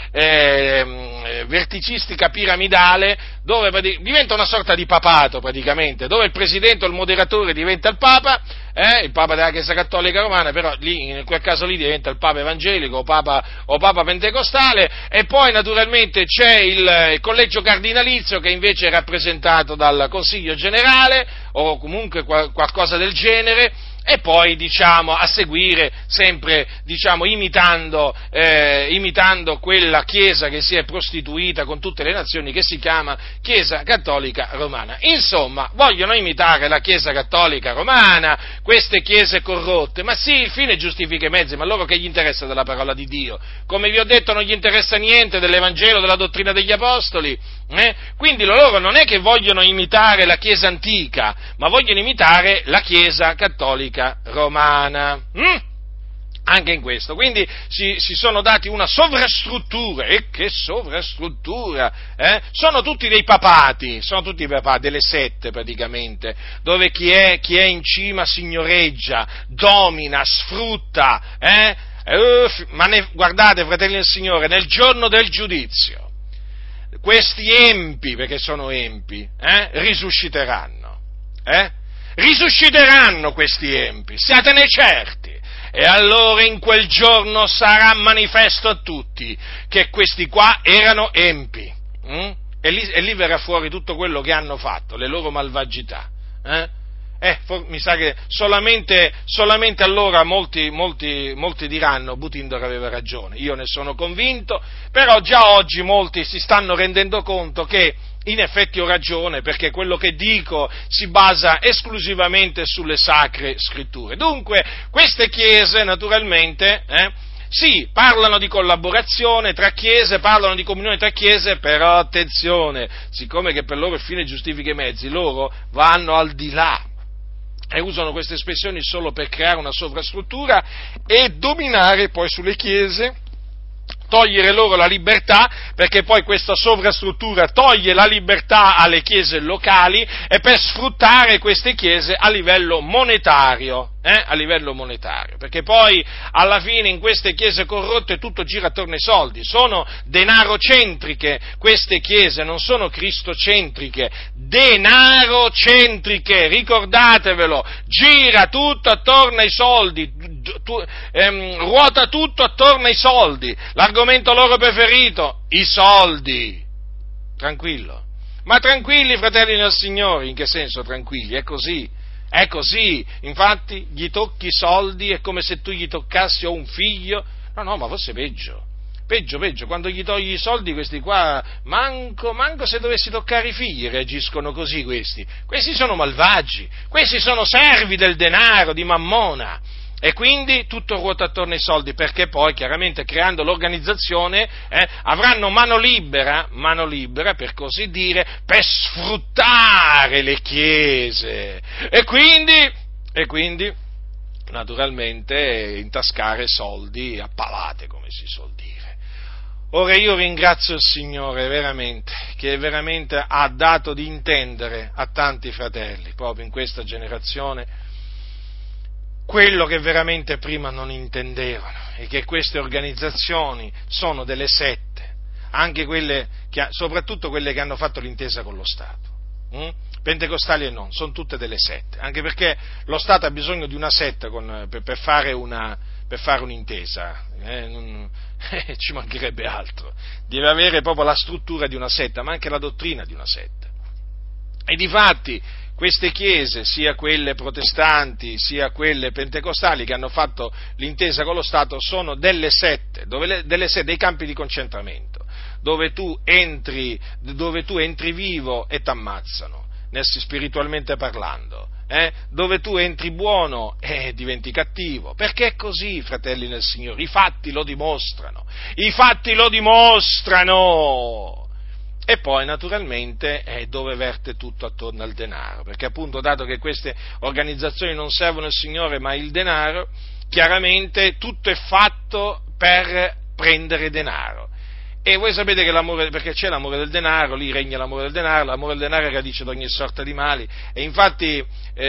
eh, verticistica piramidale, dove diventa una sorta di papato praticamente, dove il presidente o il moderatore diventa il papa, eh, il papa della Chiesa Cattolica Romana, però lì, in quel caso lì diventa il papa evangelico o papa, o papa pentecostale, e poi naturalmente c'è il, il collegio cardinalizio che invece è rappresentato dal Consiglio generale o comunque qual, qualcosa del genere, e poi, diciamo, a seguire, sempre, diciamo, imitando, eh, imitando quella Chiesa che si è prostituita con tutte le nazioni, che si chiama Chiesa Cattolica Romana. Insomma, vogliono imitare la Chiesa Cattolica Romana, queste chiese corrotte, ma sì, il fine giustifica i mezzi, ma a loro che gli interessa della parola di Dio? Come vi ho detto, non gli interessa niente dell'Evangelo, della dottrina degli Apostoli, eh? Quindi loro non è che vogliono imitare la Chiesa antica, ma vogliono imitare la Chiesa Cattolica Romana, mm? Anche in questo, quindi si, si sono dati una sovrastruttura, e che sovrastruttura, eh? Sono tutti dei papati, sono tutti papati, delle sette praticamente, dove chi è, chi è in cima signoreggia, domina, sfrutta, eh? Uff, ma ne, guardate, fratelli del Signore, nel giorno del giudizio, questi empi, perché sono empi, eh? risusciteranno, eh? Risusciteranno questi empi, siatene certi, e allora in quel giorno sarà manifesto a tutti che questi qua erano empi, hm? e, lì, e lì verrà fuori tutto quello che hanno fatto, le loro malvagità, eh? Eh, for, mi sa che solamente, solamente allora molti, molti, molti diranno Butindoro aveva ragione, io ne sono convinto, però già oggi molti si stanno rendendo conto che in effetti ho ragione, perché quello che dico si basa esclusivamente sulle sacre scritture. Dunque, queste chiese naturalmente, eh, sì, parlano di collaborazione tra chiese, parlano di comunione tra chiese, però attenzione, siccome che per loro il fine giustifica i mezzi, loro vanno al di là e usano queste espressioni solo per creare una sovrastruttura e dominare poi sulle chiese, togliere loro la libertà, perché poi questa sovrastruttura toglie la libertà alle chiese locali, e per sfruttare queste chiese a livello monetario, eh, a livello monetario, perché poi alla fine in queste chiese corrotte tutto gira attorno ai soldi, sono denarocentriche queste chiese, non sono cristocentriche, denarocentriche, ricordatevelo, gira tutto attorno ai soldi, tu, ehm, ruota tutto attorno ai soldi, l'argomento loro preferito, i soldi, tranquillo, ma tranquilli fratelli del Signore, in che senso tranquilli? È così. È così, infatti gli tocchi i soldi, è come se tu gli toccassi o un figlio, no, no, ma forse peggio, peggio, peggio, quando gli togli i soldi questi qua, manco, manco se dovessi toccare i figli reagiscono così questi, questi sono malvagi, questi sono servi del denaro, di Mammona, e quindi tutto ruota attorno ai soldi, perché poi chiaramente creando l'organizzazione eh, avranno mano libera, mano libera per così dire, per sfruttare le chiese e quindi, e quindi naturalmente intascare soldi a palate, come si suol dire. Ora io ringrazio il Signore veramente, che veramente ha dato di intendere a tanti fratelli, proprio in questa generazione, quello che veramente prima non intendevano, e che queste organizzazioni sono delle sette, anche quelle che, soprattutto quelle che hanno fatto l'intesa con lo Stato, hm? Pentecostali e non, sono tutte delle sette, anche perché lo Stato ha bisogno di una setta con, per, per, fare una, per fare un'intesa, eh, non, eh, ci mancherebbe altro, deve avere proprio la struttura di una setta, ma anche la dottrina di una setta, e difatti queste chiese, sia quelle protestanti, sia quelle pentecostali che hanno fatto l'intesa con lo Stato, sono delle sette, dove le, delle sette, dei campi di concentramento, dove tu entri, dove tu entri vivo e t'ammazzano, spiritualmente parlando. Eh? Dove tu entri buono e eh, diventi cattivo, perché è così, fratelli nel Signore, i fatti lo dimostrano, i fatti lo dimostrano. E poi naturalmente è dove verte tutto attorno al denaro, perché appunto dato che queste organizzazioni non servono il Signore ma il denaro, chiaramente tutto è fatto per prendere denaro. E voi sapete che l'amore, perché c'è l'amore del denaro, lì regna l'amore del denaro, l'amore del denaro è radice di ogni sorta di mali, e infatti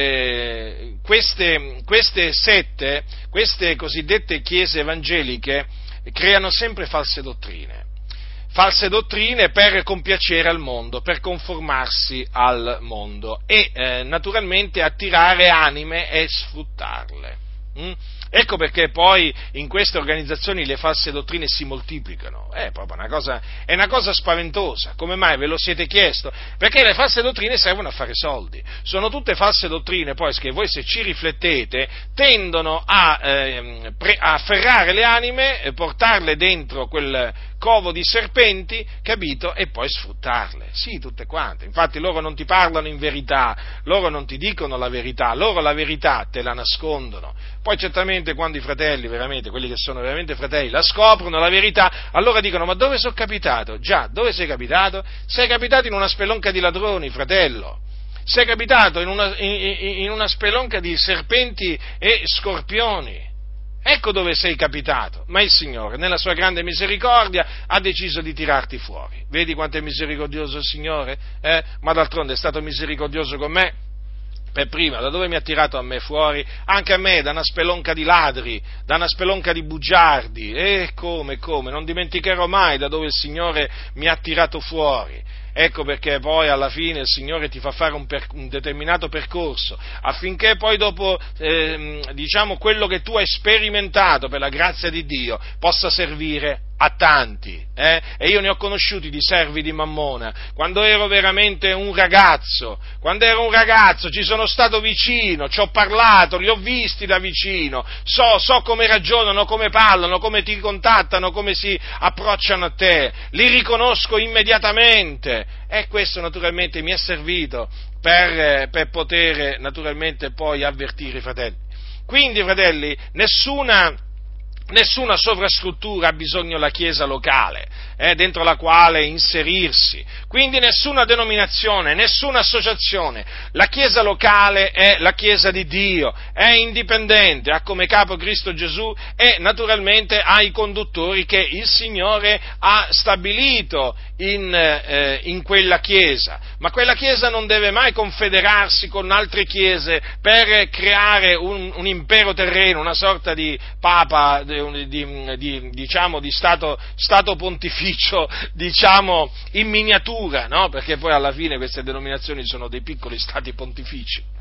eh, queste, queste sette, queste cosiddette chiese evangeliche creano sempre false dottrine, false dottrine per compiacere al mondo, per conformarsi al mondo e eh, naturalmente attirare anime e sfruttarle. Mm? Ecco perché poi in queste organizzazioni le false dottrine si moltiplicano, è proprio una cosa, è una cosa spaventosa. Come mai ve lo siete chiesto? Perché le false dottrine servono a fare soldi, sono tutte false dottrine poi che voi se ci riflettete tendono a, eh, pre, a afferrare le anime, eh, portarle dentro quel covo di serpenti, capito? E poi sfruttarle, sì, tutte quante. Infatti loro non ti parlano in verità, loro non ti dicono la verità, loro la verità te la nascondono. Poi certamente quando i fratelli, veramente, quelli che sono veramente fratelli, la scoprono la verità, allora dicono: ma dove sono capitato? Già, dove sei capitato? Sei capitato in una spelonca di ladroni, fratello. Sei capitato in una, in, in una spelonca di serpenti e scorpioni. Ecco dove sei capitato, ma il Signore, nella sua grande misericordia, ha deciso di tirarti fuori. Vedi quanto è misericordioso il Signore? Eh? Ma d'altronde è stato misericordioso con me per prima. Da dove mi ha tirato a me fuori? Anche a me, da una spelonca di ladri, da una spelonca di bugiardi. E come, come, non dimenticherò mai da dove il Signore mi ha tirato fuori. Ecco perché poi alla fine il Signore ti fa fare un, per, un determinato percorso, affinché poi dopo, eh, diciamo, quello che tu hai sperimentato per la grazia di Dio possa servire a tanti, eh? E io ne ho conosciuti di servi di Mammona, quando ero veramente un ragazzo, quando ero un ragazzo ci sono stato vicino, ci ho parlato, li ho visti da vicino, so, so come ragionano, come parlano, come ti contattano, come si approcciano a te, li riconosco immediatamente, e questo naturalmente mi è servito per, per poter naturalmente poi avvertire i fratelli. Quindi, fratelli, nessuna Nessuna sovrastruttura ha bisogno la Chiesa locale, eh, dentro la quale inserirsi, quindi nessuna denominazione, nessuna associazione. La Chiesa locale è la Chiesa di Dio, è indipendente, ha come capo Cristo Gesù e naturalmente ha i conduttori che il Signore ha stabilito in, eh, in quella Chiesa, ma quella Chiesa non deve mai confederarsi con altre Chiese per creare un, un impero terreno, una sorta di papa, di, di, di, diciamo, di stato, stato pontificio, diciamo, in miniatura, no? Perché poi alla fine queste denominazioni sono dei piccoli stati pontifici.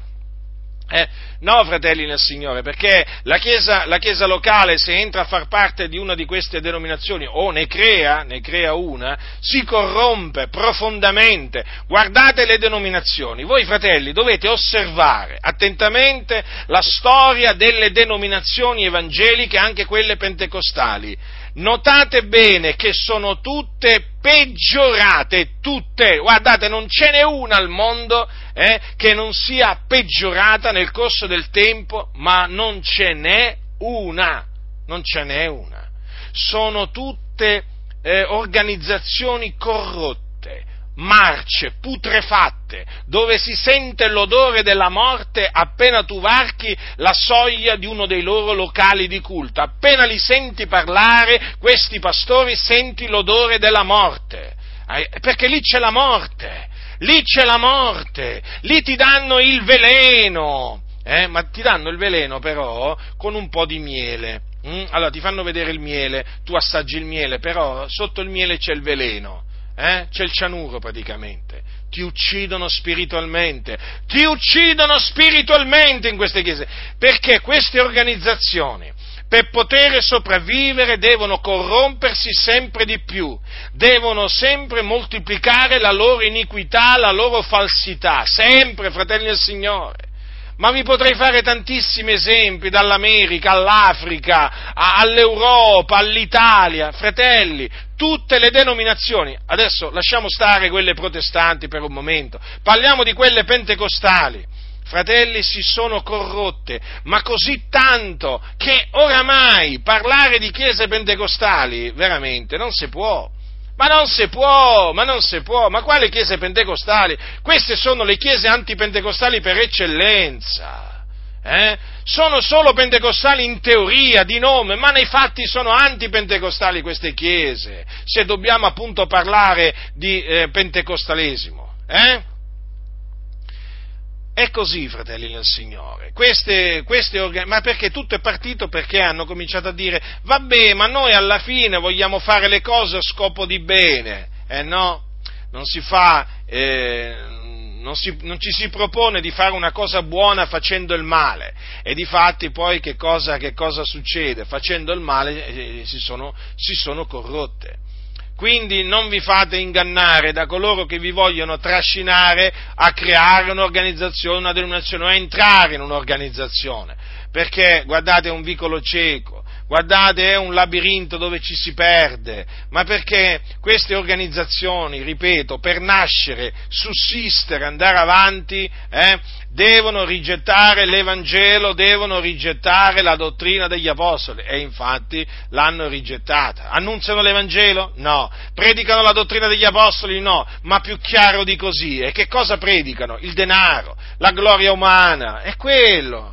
Eh, no, fratelli nel Signore, perché la chiesa, la chiesa locale, se entra a far parte di una di queste denominazioni o ne crea, ne crea una, si corrompe profondamente. Guardate le denominazioni, voi fratelli dovete osservare attentamente la storia delle denominazioni evangeliche, anche quelle pentecostali. Notate bene che sono tutte peggiorate, tutte, guardate, non ce n'è una al mondo eh, che non sia peggiorata nel corso del tempo, ma non ce n'è una, non ce n'è una. Sono tutte eh, organizzazioni corrotte, marce, putrefatte, dove si sente l'odore della morte appena tu varchi la soglia di uno dei loro locali di culto. Appena li senti parlare, questi pastori, senti l'odore della morte, perché lì c'è la morte, lì c'è la morte, lì ti danno il veleno, eh? Ma ti danno il veleno però con un po' di miele. Mm? Allora ti fanno vedere il miele, tu assaggi il miele, però sotto il miele c'è il veleno. Eh? C'è il cianuro praticamente, ti uccidono spiritualmente, ti uccidono spiritualmente in queste chiese, perché queste organizzazioni per poter sopravvivere devono corrompersi sempre di più, devono sempre moltiplicare la loro iniquità, la loro falsità, sempre, fratelli del Signore. ma vi potrei fare tantissimi esempi, dall'America all'Africa, a, all'Europa, all'Italia, fratelli, tutte le denominazioni. Adesso lasciamo stare quelle protestanti per un momento, parliamo di quelle pentecostali. Fratelli, si sono corrotte, ma così tanto che oramai parlare di chiese pentecostali veramente non si può. Ma non si può, ma non si può, ma quali chiese pentecostali? Queste sono le chiese antipentecostali per eccellenza, eh? Sono solo pentecostali in teoria, di nome, ma nei fatti sono antipentecostali queste chiese, se dobbiamo appunto parlare di eh, pentecostalesimo, eh? È così, fratelli nel Signore, queste, queste organ- ma perché tutto è partito perché hanno cominciato a dire, vabbè, ma noi alla fine vogliamo fare le cose a scopo di bene, eh no, non si fa, eh, non, si, non ci si propone di fare una cosa buona facendo il male, e difatti poi che cosa, che cosa succede? Facendo il male eh, si, sono, si sono corrotte. Quindi non vi fate ingannare da coloro che vi vogliono trascinare a creare un'organizzazione, una denominazione, o a entrare in un'organizzazione, perché guardate è un vicolo cieco, guardate è un labirinto dove ci si perde, ma perché queste organizzazioni, ripeto, per nascere, sussistere, andare avanti, eh, devono rigettare l'Evangelo, devono rigettare la dottrina degli Apostoli, e infatti l'hanno rigettata. Annunziano l'Evangelo? No. Predicano la dottrina degli Apostoli? No. Ma più chiaro di così, e che cosa predicano? Il denaro, la gloria umana, è quello.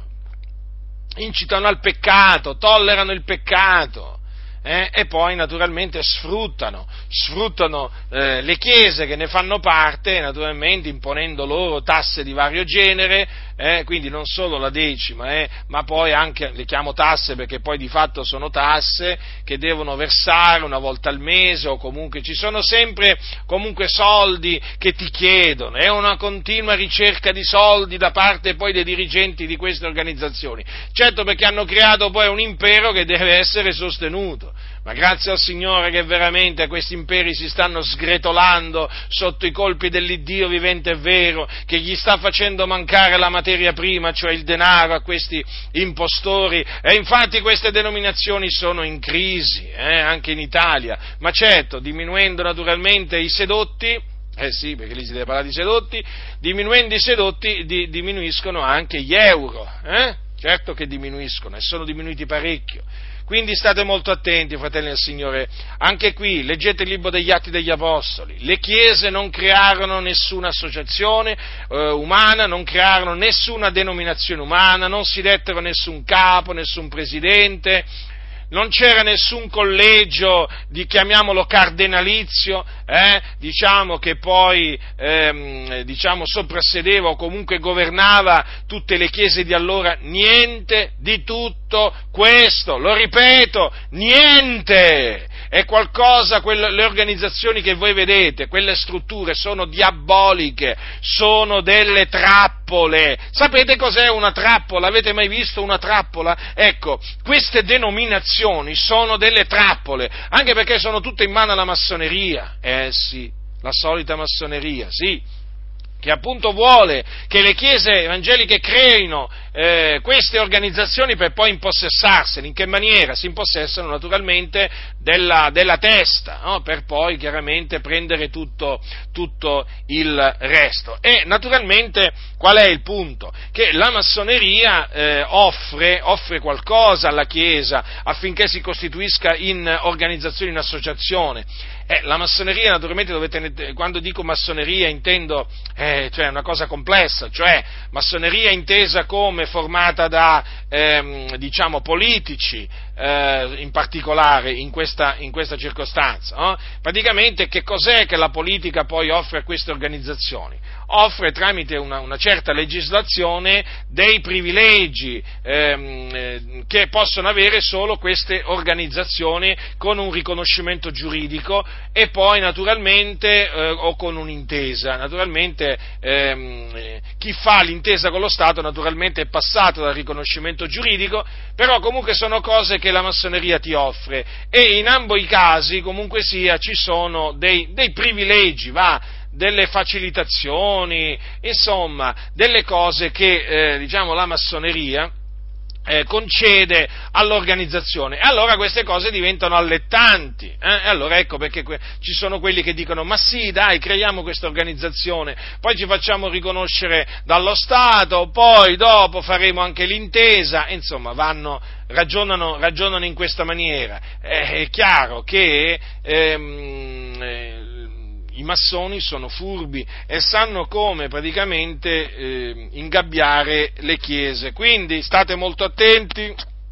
Incitano al peccato, tollerano il peccato. Eh, e poi naturalmente sfruttano, sfruttano eh, le chiese che ne fanno parte, naturalmente imponendo loro tasse di vario genere, eh, quindi non solo la decima, eh, ma poi anche, le chiamo tasse perché poi di fatto sono tasse che devono versare una volta al mese, o comunque ci sono sempre comunque soldi che ti chiedono, è una continua ricerca di soldi da parte poi dei dirigenti di queste organizzazioni, certo perché hanno creato poi un impero che deve essere sostenuto. Ma grazie al Signore che veramente questi imperi si stanno sgretolando sotto i colpi dell'Iddio vivente e vero, che gli sta facendo mancare la materia prima, cioè il denaro, a questi impostori, e infatti queste denominazioni sono in crisi, eh, anche in Italia, ma certo, diminuendo naturalmente i sedotti, eh sì, perché lì si deve parlare di sedotti, diminuendo i sedotti di, diminuiscono anche gli euro, eh? Certo che diminuiscono, e sono diminuiti parecchio. Quindi state molto attenti, fratelli del Signore, anche qui leggete il libro degli Atti degli Apostoli, le chiese non crearono nessuna associazione eh, umana, non crearono nessuna denominazione umana, non si dettero nessun capo, nessun presidente, non c'era nessun collegio di, chiamiamolo, cardenalizio, eh, diciamo, che poi ehm, diciamo, soprassedeva o comunque governava tutte le chiese di allora, niente di tutto questo, lo ripeto, niente! È qualcosa, quelle, le organizzazioni che voi vedete, quelle strutture sono diaboliche, sono delle trappole. Sapete cos'è una trappola? Avete mai visto una trappola? Ecco, queste denominazioni sono delle trappole, anche perché sono tutte in mano alla massoneria. Eh sì, la solita massoneria, sì, che appunto vuole che le chiese evangeliche creino eh, queste organizzazioni per poi impossessarsene. In che maniera? Si impossessano naturalmente della, della testa, no? Per poi chiaramente prendere tutto, tutto il resto. E naturalmente qual è il punto? Che la massoneria eh, offre, offre qualcosa alla Chiesa affinché si costituisca in organizzazione, in associazione. Eh, la massoneria, naturalmente, dovete, quando dico massoneria intendo eh, cioè una cosa complessa, cioè massoneria intesa come formata da ehm, diciamo politici eh, in particolare in questa, in questa circostanza. No? Praticamente che cos'è che la politica poi offre a queste organizzazioni? Offre tramite una, una certa legislazione dei privilegi ehm, eh, che possono avere solo queste organizzazioni con un riconoscimento giuridico e poi naturalmente eh, o con un'intesa. Naturalmente ehm, eh, chi fa l'intesa con lo Stato naturalmente è passato dal riconoscimento giuridico, però comunque sono cose che la massoneria ti offre e in ambo i casi comunque sia ci sono dei, dei privilegi, va, delle facilitazioni, insomma, delle cose che, eh, diciamo, la massoneria Eh, concede all'organizzazione, e allora queste cose diventano allettanti, eh? E allora ecco perché que- ci sono quelli che dicono: ma sì, dai, creiamo questa organizzazione, poi ci facciamo riconoscere dallo Stato, poi dopo faremo anche l'intesa, insomma, vanno, ragionano, ragionano in questa maniera. Eh, è chiaro che ehm, eh, i massoni sono furbi e sanno come praticamente eh, ingabbiare le chiese, quindi state molto attenti,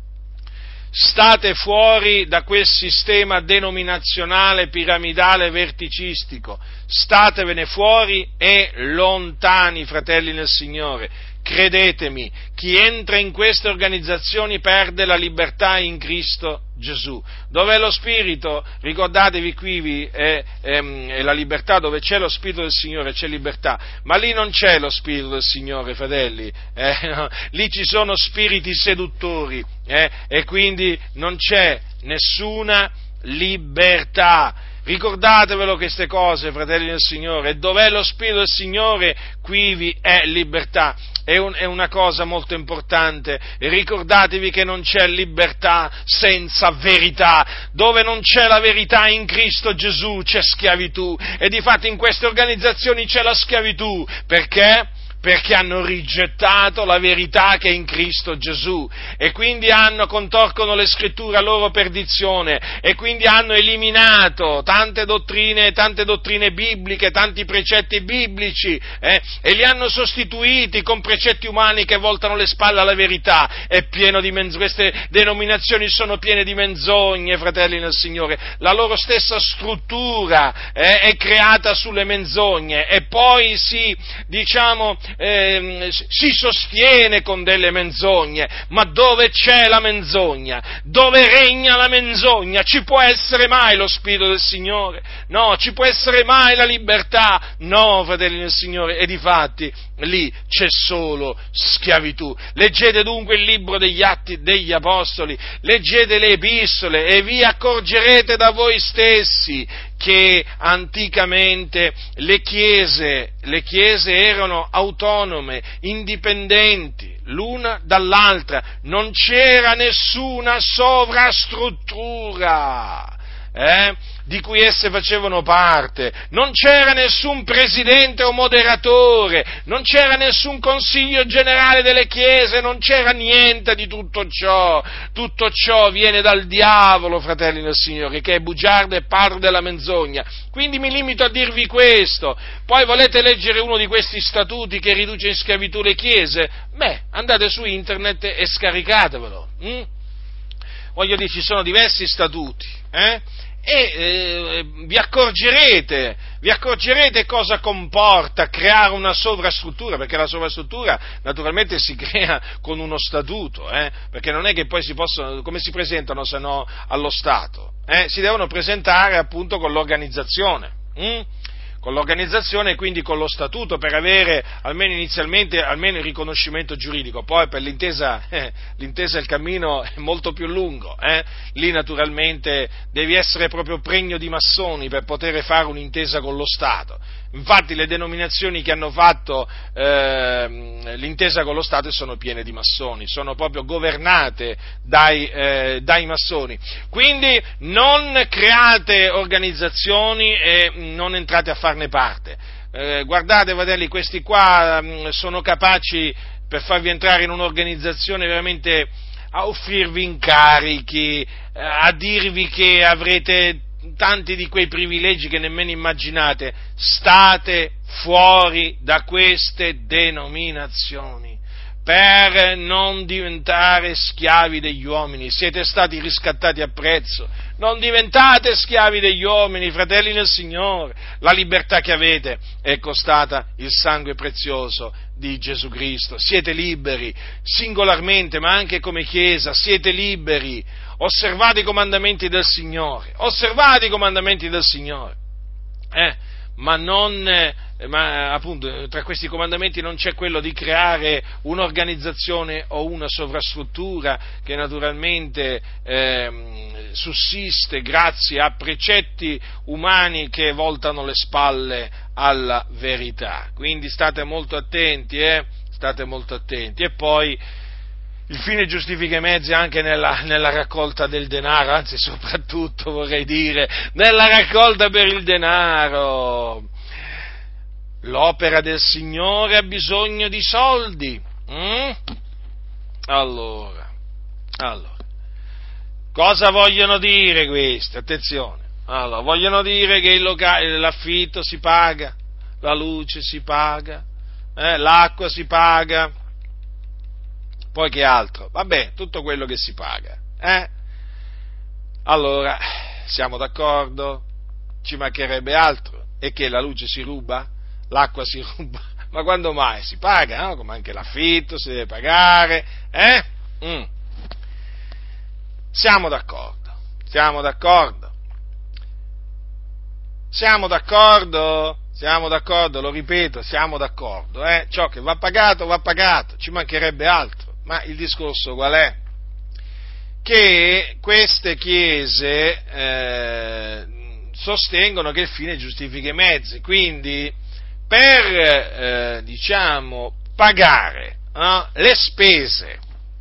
state fuori da quel sistema denominazionale, piramidale, verticistico, statevene fuori e lontani, fratelli nel Signore. Credetemi, chi entra in queste organizzazioni perde la libertà in Cristo Gesù. Dov'è lo Spirito? Ricordatevi, qui è, è, è la libertà, dove c'è lo Spirito del Signore c'è libertà, ma lì non c'è lo Spirito del Signore, fratelli, eh, no, lì ci sono spiriti seduttori, eh, e quindi non c'è nessuna libertà. Ricordatevelo queste cose, fratelli del Signore, e dov'è lo Spirito del Signore, quivi è libertà. È, un, è una cosa molto importante, ricordatevi che non c'è libertà senza verità, dove non c'è la verità in Cristo Gesù c'è schiavitù, e difatti in queste organizzazioni c'è la schiavitù, perché? Perché hanno rigettato la verità che è in Cristo Gesù, e quindi hanno, contorcono le scritture a loro perdizione, e quindi hanno eliminato tante dottrine, tante dottrine bibliche, tanti precetti biblici, eh, e li hanno sostituiti con precetti umani che voltano le spalle alla verità. È pieno di menzogne, queste denominazioni sono piene di menzogne, fratelli nel Signore, la loro stessa struttura eh, è creata sulle menzogne, e poi si, diciamo, Eh, si sostiene con delle menzogne. Ma dove c'è la menzogna? Dove regna la menzogna? Ci può essere mai lo Spirito del Signore? No, ci può essere mai la libertà? No, fratelli del Signore, e difatti lì c'è solo schiavitù. Leggete dunque il libro degli Atti degli Apostoli, leggete le epistole e vi accorgerete da voi stessi che anticamente le chiese, le chiese erano autonome, indipendenti, l'una dall'altra, non c'era nessuna sovrastruttura eh, di cui esse facevano parte, non c'era nessun presidente o moderatore, non c'era nessun consiglio generale delle chiese, non c'era niente di tutto ciò. Tutto ciò viene dal diavolo, fratelli del Signore, che è bugiardo e padre della menzogna. Quindi mi limito a dirvi questo. Poi volete leggere uno di questi statuti che riduce in schiavitù le chiese? Beh, andate su internet e scaricatevelo. Hm? Voglio dire, ci sono diversi statuti, eh? E eh, vi accorgerete, vi accorgerete cosa comporta creare una sovrastruttura, perché la sovrastruttura naturalmente si crea con uno statuto, eh? Perché non è che poi si possono, come si presentano se no allo Stato? Eh? Si devono presentare appunto con l'organizzazione, hm? con l'organizzazione e quindi con lo statuto, per avere almeno inizialmente almeno il riconoscimento giuridico. Poi per l'intesa, eh, l'intesa il cammino è molto più lungo, eh? Lì naturalmente devi essere proprio pregno di massoni per poter fare un'intesa con lo Stato. Infatti le denominazioni che hanno fatto eh, l'intesa con lo Stato sono piene di massoni, sono proprio governate dai, eh, dai massoni. Quindi non create organizzazioni e non entrate a farne parte. Eh, guardate, fratelli, questi qua mh, sono capaci, per farvi entrare in un'organizzazione, veramente a offrirvi incarichi, eh, a dirvi che avrete tanti di quei privilegi che nemmeno immaginate. State fuori da queste denominazioni per non diventare schiavi degli uomini. Siete stati riscattati a prezzo, non diventate schiavi degli uomini, fratelli nel Signore. La libertà che avete è costata il sangue prezioso di Gesù Cristo. Siete liberi, singolarmente, ma anche come Chiesa, siete liberi. Osservate i comandamenti del Signore, osservate i comandamenti del Signore, eh? ma non, ma appunto tra questi comandamenti non c'è quello di creare un'organizzazione o una sovrastruttura che naturalmente eh, sussiste grazie a precetti umani che voltano le spalle alla verità. Quindi state molto attenti, eh? State molto attenti. E poi il fine giustifica i mezzi anche nella, nella raccolta del denaro, anzi soprattutto vorrei dire nella raccolta per il denaro. L'opera del Signore ha bisogno di soldi. Mm? Allora, allora, cosa vogliono dire questi? Attenzione. Allora, vogliono dire che il locale, l'affitto si paga, la luce si paga, eh, l'acqua si paga, poi che altro? Vabbè, tutto quello che si paga. Eh? Allora, siamo d'accordo? Ci mancherebbe altro. E che la luce si ruba? L'acqua si ruba? Ma quando mai? Si paga, no? Come anche l'affitto si deve pagare, eh? Mm. Siamo d'accordo, siamo d'accordo, siamo d'accordo, siamo d'accordo, lo ripeto, siamo d'accordo, eh? Ciò che va pagato, va pagato, ci mancherebbe altro, ma il discorso qual è? Che queste chiese eh, sostengono che il fine giustifica i mezzi, quindi per, eh, diciamo, pagare eh, le spese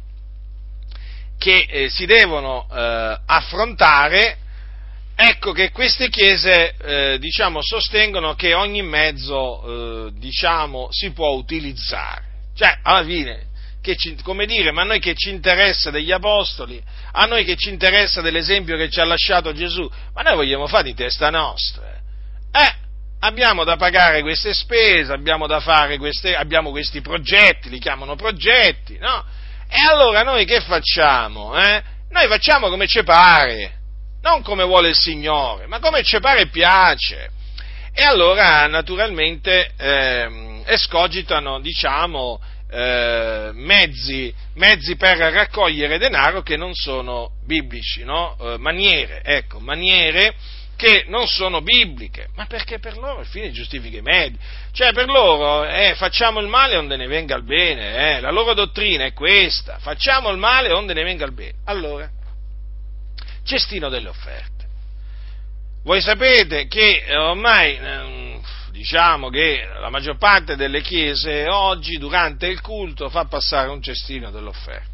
che eh, si devono eh, affrontare, ecco che queste chiese, eh, diciamo, sostengono che ogni mezzo, eh, diciamo, si può utilizzare. Cioè, alla fine, che ci, come dire, ma a noi che ci interessa degli apostoli, a noi che ci interessa dell'esempio che ci ha lasciato Gesù, ma noi vogliamo fare di testa nostra. Eh, abbiamo da pagare queste spese, abbiamo da fare queste, abbiamo questi progetti, li chiamano progetti, no? E allora noi che facciamo? Eh? Noi facciamo come ci pare, non come vuole il Signore, ma come ci pare e piace. E allora naturalmente eh, escogitano, diciamo, eh, mezzi, mezzi per raccogliere denaro che non sono biblici, no? Eh, maniere, ecco, maniere che non sono bibliche, ma perché per loro il fine giustifica i mezzi, cioè per loro eh, facciamo il male onde ne venga il bene, eh, la loro dottrina è questa, facciamo il male onde ne venga il bene. Allora, cestino delle offerte. Voi sapete che ormai, eh, diciamo che la maggior parte delle chiese oggi durante il culto fa passare un cestino delle offerte.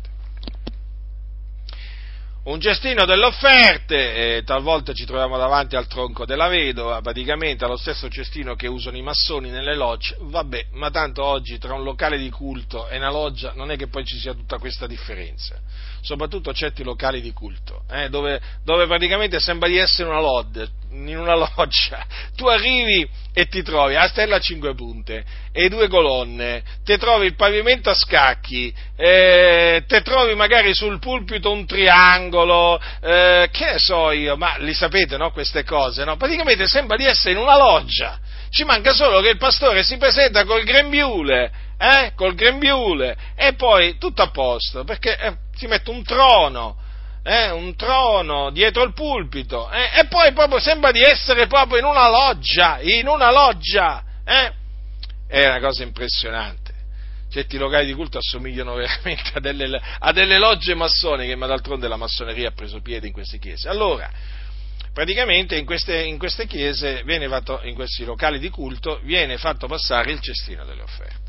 Un cestino delle offerte, eh, talvolta ci troviamo davanti al tronco della vedova, praticamente allo stesso cestino che usano i massoni nelle logge, vabbè, ma tanto oggi tra un locale di culto e una loggia non è che poi ci sia tutta questa differenza, soprattutto certi locali di culto, eh, dove, dove praticamente sembra di essere una lode, in una loggia, tu arrivi e ti trovi la stella a cinque punte e due colonne, ti trovi il pavimento a scacchi, eh, ti trovi magari sul pulpito un triangolo, eh, che ne so io, ma li sapete, no, queste cose, no? Praticamente sembra di essere in una loggia, ci manca solo che il pastore si presenta col grembiule, eh, col grembiule, e poi tutto a posto, perché eh, si mette un trono, Eh, un trono dietro il pulpito, eh, e poi proprio sembra di essere proprio in una loggia, in una loggia, eh? È una cosa impressionante. Certi locali di culto assomigliano veramente a delle, a delle logge massoniche, ma d'altronde la massoneria ha preso piede in queste chiese. Allora, praticamente in queste, in queste chiese, viene fatto, in questi locali di culto, viene fatto passare il cestino delle offerte.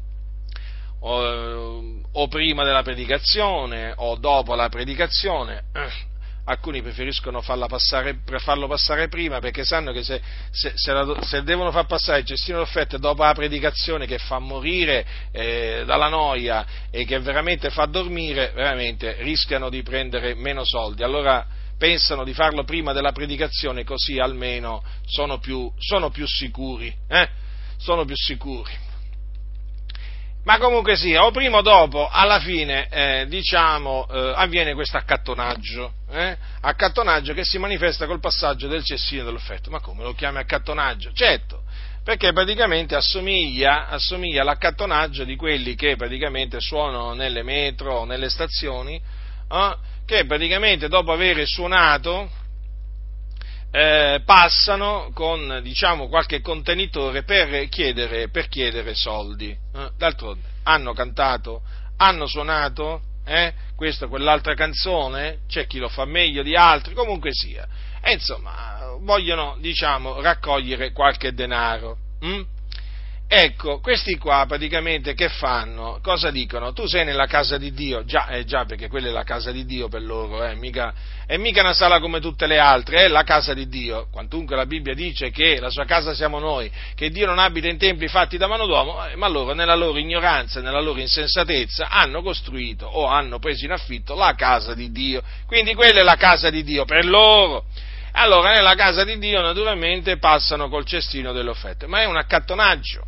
O, o prima della predicazione o dopo la predicazione, eh, alcuni preferiscono farla passare, farlo passare prima perché sanno che se, se, se, la, se devono far passare il cestino d'offerte dopo la predicazione, che fa morire eh, dalla noia e che veramente fa dormire, veramente rischiano di prendere meno soldi, allora pensano di farlo prima della predicazione, così almeno sono più, sono più sicuri, eh? sono più sicuri. Ma comunque sia, o prima o dopo, alla fine, eh, diciamo, eh, avviene questo accattonaggio, eh? accattonaggio che si manifesta col passaggio del cestino dell'offerta. Ma come lo chiami accattonaggio? Certo, perché praticamente assomiglia, assomiglia all'accattonaggio di quelli che praticamente suonano nelle metro o nelle stazioni, eh? che praticamente dopo aver suonato, eh, passano con, diciamo, qualche contenitore per chiedere, per chiedere soldi. Eh, d'altronde hanno cantato, hanno suonato, eh, questa o quell'altra canzone, c'è chi lo fa meglio di altri, comunque sia. E insomma, vogliono, diciamo, raccogliere qualche denaro. Hm? Ecco, questi qua praticamente che fanno? Cosa dicono? Tu sei nella casa di Dio? Già, eh, già, perché quella è la casa di Dio per loro, eh, mica, è mica una sala come tutte le altre, è la casa di Dio. Quantunque la Bibbia dice che la sua casa siamo noi, che Dio non abita in templi fatti da mano d'uomo, eh, ma loro nella loro ignoranza, nella loro insensatezza hanno costruito o hanno preso in affitto la casa di Dio. Quindi quella è la casa di Dio per loro. Allora nella casa di Dio naturalmente passano col cestino delle offerte, ma è un accattonaggio.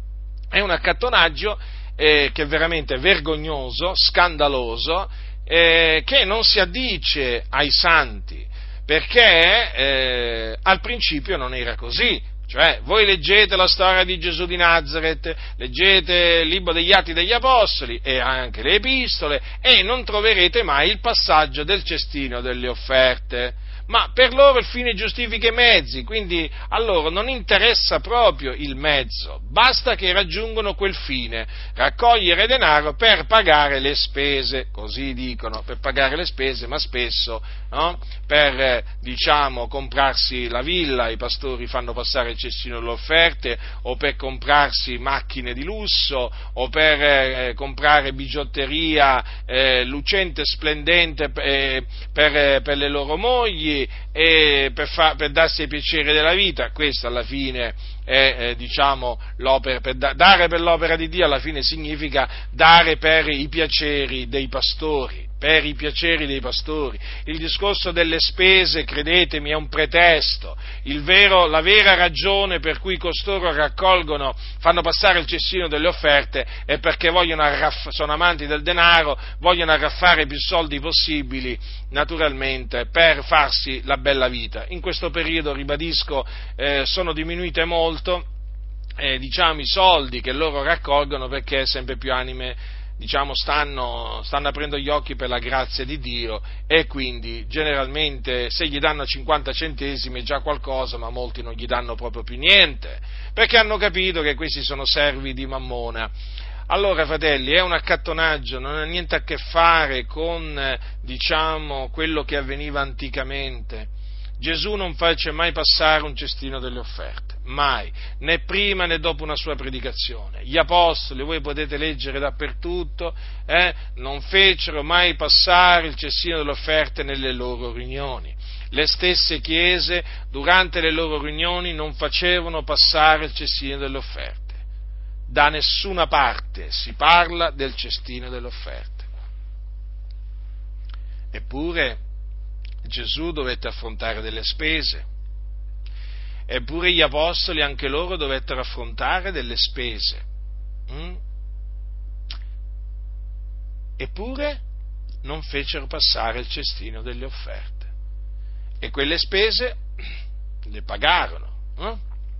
È un accattonaggio eh, che è veramente vergognoso, scandaloso, eh, che non si addice ai santi, perché eh, al principio non era così. Cioè, voi leggete la storia di Gesù di Nazaret, leggete il libro degli Atti degli Apostoli e anche le epistole e non troverete mai il passaggio del cestino delle offerte. Ma per loro il fine giustifica i mezzi, quindi a loro non interessa proprio il mezzo, basta che raggiungono quel fine, raccogliere denaro per pagare le spese, così dicono, per pagare le spese, ma spesso, no? Per, eh, diciamo, comprarsi la villa, i pastori fanno passare il cestino delle offerte, o per comprarsi macchine di lusso, o per eh, comprare bigiotteria eh, lucente, splendente eh, per, eh, per le loro mogli, e per, fa, per darsi i piaceri della vita. Questo alla fine è, eh, diciamo, l'opera, per da, dare per l'opera di Dio alla fine significa dare per i piaceri dei pastori, per i piaceri dei pastori. Il discorso delle spese, credetemi, è un pretesto. Il vero, la vera ragione per cui costoro raccolgono, fanno passare il cestino delle offerte è perché vogliono arraff- sono amanti del denaro, vogliono arraffare più soldi possibili, naturalmente, per farsi la bella vita. In questo periodo, ribadisco, eh, sono diminuite molto, eh, diciamo, i soldi che loro raccolgono, perché sempre più anime, diciamo, stanno, stanno aprendo gli occhi per la grazia di Dio, e quindi generalmente se gli danno cinquanta centesimi è già qualcosa, ma molti non gli danno proprio più niente, perché hanno capito che questi sono servi di Mammona. Allora, fratelli, è un accattonaggio, non ha niente a che fare con, diciamo, quello che avveniva anticamente. Gesù non fece mai passare un cestino delle offerte, mai, né prima né dopo una sua predicazione. Gli apostoli, voi potete leggere dappertutto, eh, non fecero mai passare il cestino delle offerte nelle loro riunioni. Le stesse chiese, durante le loro riunioni, non facevano passare il cestino delle offerte. Da nessuna parte si parla del cestino delle offerte. Eppure Gesù dovette affrontare delle spese, eppure gli apostoli, anche loro, dovettero affrontare delle spese. Mm? Eppure non fecero passare il cestino delle offerte, e quelle spese le pagarono. Eh?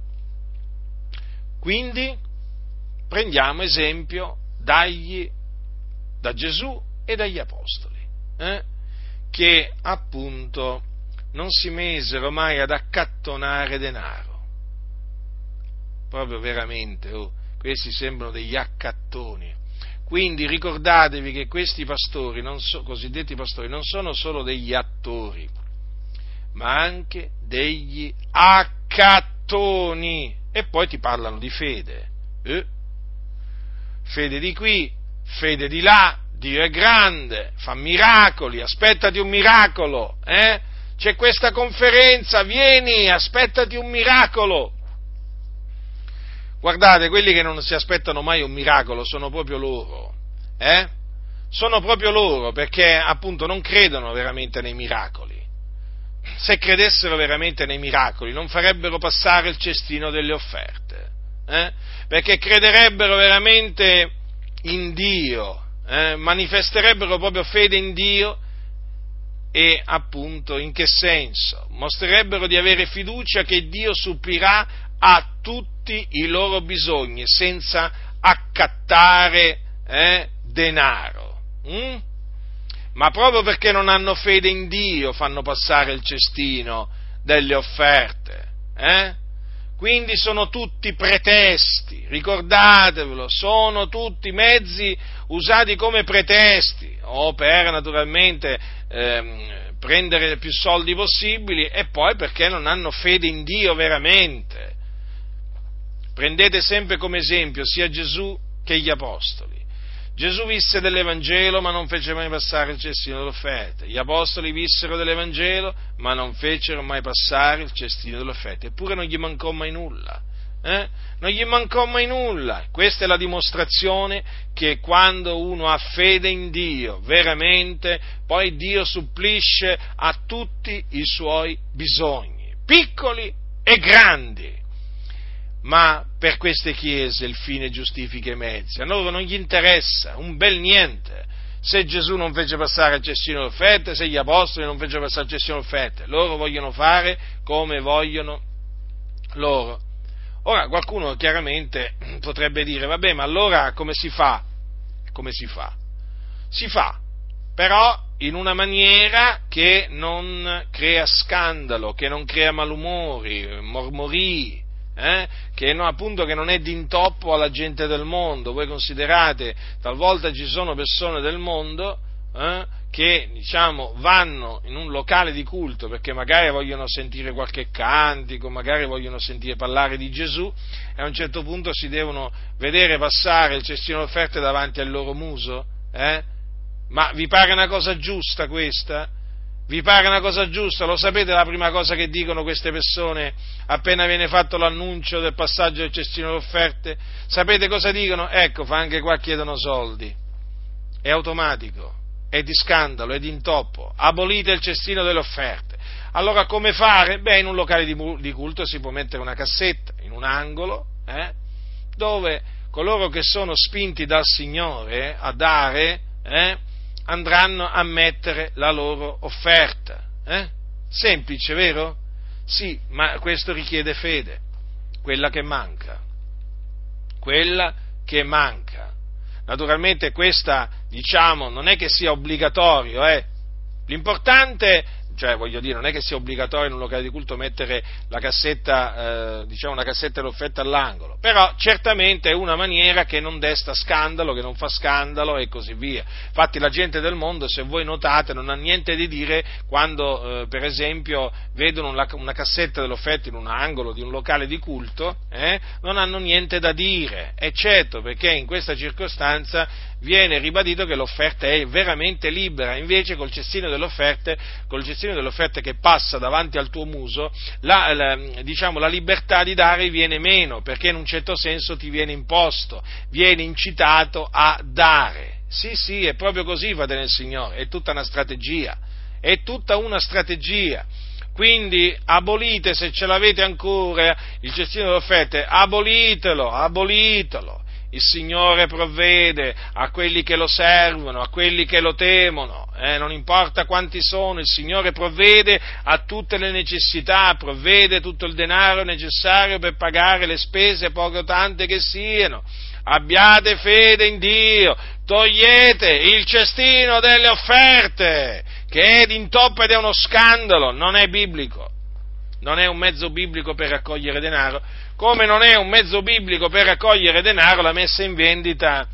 Quindi prendiamo esempio dagli, da Gesù e dagli apostoli, eh? che appunto non si misero mai ad accattonare denaro. Proprio veramente, oh, questi sembrano degli accattoni. Quindi ricordatevi che questi pastori, non so, cosiddetti pastori, non sono solo degli attori, ma anche degli accattoni. E poi ti parlano di fede. Eh? Fede di qui, fede di là, Dio è grande, fa miracoli, aspettati un miracolo, eh? C'è questa conferenza, vieni, aspettati un miracolo. Guardate, quelli che non si aspettano mai un miracolo sono proprio loro, eh? Sono proprio loro, perché appunto non credono veramente nei miracoli. Se credessero veramente nei miracoli non farebbero passare il cestino delle offerte, eh? Perché crederebbero veramente in Dio, eh? Manifesterebbero proprio fede in Dio. E appunto in che senso? Mostrerebbero di avere fiducia che Dio supplirà a tutti i loro bisogni senza accattare eh, denaro. Mm? Ma proprio perché non hanno fede in Dio fanno passare il cestino delle offerte. Eh? Quindi sono tutti pretesti, ricordatevelo, sono tutti mezzi usati come pretesti, o per naturalmente ehm, prendere più soldi possibili, e poi perché non hanno fede in Dio veramente. Prendete sempre come esempio sia Gesù che gli Apostoli. Gesù visse dell'Evangelo ma non fece mai passare il cestino delle offerte. Gli Apostoli vissero dell'Evangelo ma non fecero mai passare il cestino delle offerte. Eppure non gli mancò mai nulla. Eh? Non gli mancò mai nulla. Questa è la dimostrazione che quando uno ha fede in Dio, veramente, poi Dio supplisce a tutti i suoi bisogni, piccoli e grandi. Ma per queste chiese il fine giustifica i mezzi, a loro non gli interessa un bel niente se Gesù non fece passare il cestino delle offerte, se gli apostoli non fecero passare il cestino delle offerte, loro vogliono fare come vogliono loro. Ora qualcuno chiaramente potrebbe dire, vabbè, ma allora come si fa? Come si fa? Si fa, però in una maniera che non crea scandalo, che non crea malumori, mormorii, Eh? che no, appunto che non è d'intoppo alla gente del mondo. Voi considerate, talvolta ci sono persone del mondo eh, che diciamo vanno in un locale di culto perché magari vogliono sentire qualche cantico, magari vogliono sentire parlare di Gesù, e a un certo punto si devono vedere passare il cestino offerte davanti al loro muso. Eh? Ma vi pare una cosa giusta questa? Vi pare una cosa giusta? Lo sapete la prima cosa che dicono queste persone appena viene fatto l'annuncio del passaggio del cestino delle offerte? Sapete cosa dicono? Ecco, fa anche qua chiedono soldi. È automatico, è di scandalo, è di intoppo. Abolite il cestino delle offerte. Allora come fare? Beh, in un locale di culto si può mettere una cassetta in un angolo, eh, dove coloro che sono spinti dal Signore a dare, eh, andranno a mettere la loro offerta. Eh? Semplice, vero? Sì, ma questo richiede fede, quella che manca, quella che manca. Naturalmente questa, diciamo, non è che sia obbligatorio, eh? L'importante, cioè voglio dire, non è che sia obbligatorio in un locale di culto mettere la cassetta, eh, diciamo una cassetta dell'offerta all'angolo, però certamente è una maniera che non desta scandalo, che non fa scandalo e così via. Infatti la gente del mondo, se voi notate, non ha niente di dire quando, eh, per esempio, vedono una, una cassetta dell'offerta in un angolo di un locale di culto, eh, non hanno niente da dire, eccetto perché in questa circostanza viene ribadito che l'offerta è veramente libera. Invece col cestino delle offerte, col cestino delle offerte che passa davanti al tuo muso, la, la, diciamo, la libertà di dare viene meno, perché in un certo senso ti viene imposto, viene incitato a dare. Sì, sì, è proprio così, fratelli del Signore, è tutta una strategia, è tutta una strategia. Quindi abolite, se ce l'avete ancora, il cestino delle offerte, abolitelo, abolitelo. Il Signore provvede a quelli che lo servono, a quelli che lo temono, eh, non importa quanti sono, il Signore provvede a tutte le necessità, provvede tutto il denaro necessario per pagare le spese, poche o tante che siano. Abbiate fede in Dio, togliete il cestino delle offerte, che è d'intoppo ed è uno scandalo, non è biblico. Non è un mezzo biblico per raccogliere denaro, come non è un mezzo biblico per raccogliere denaro la messa in vendita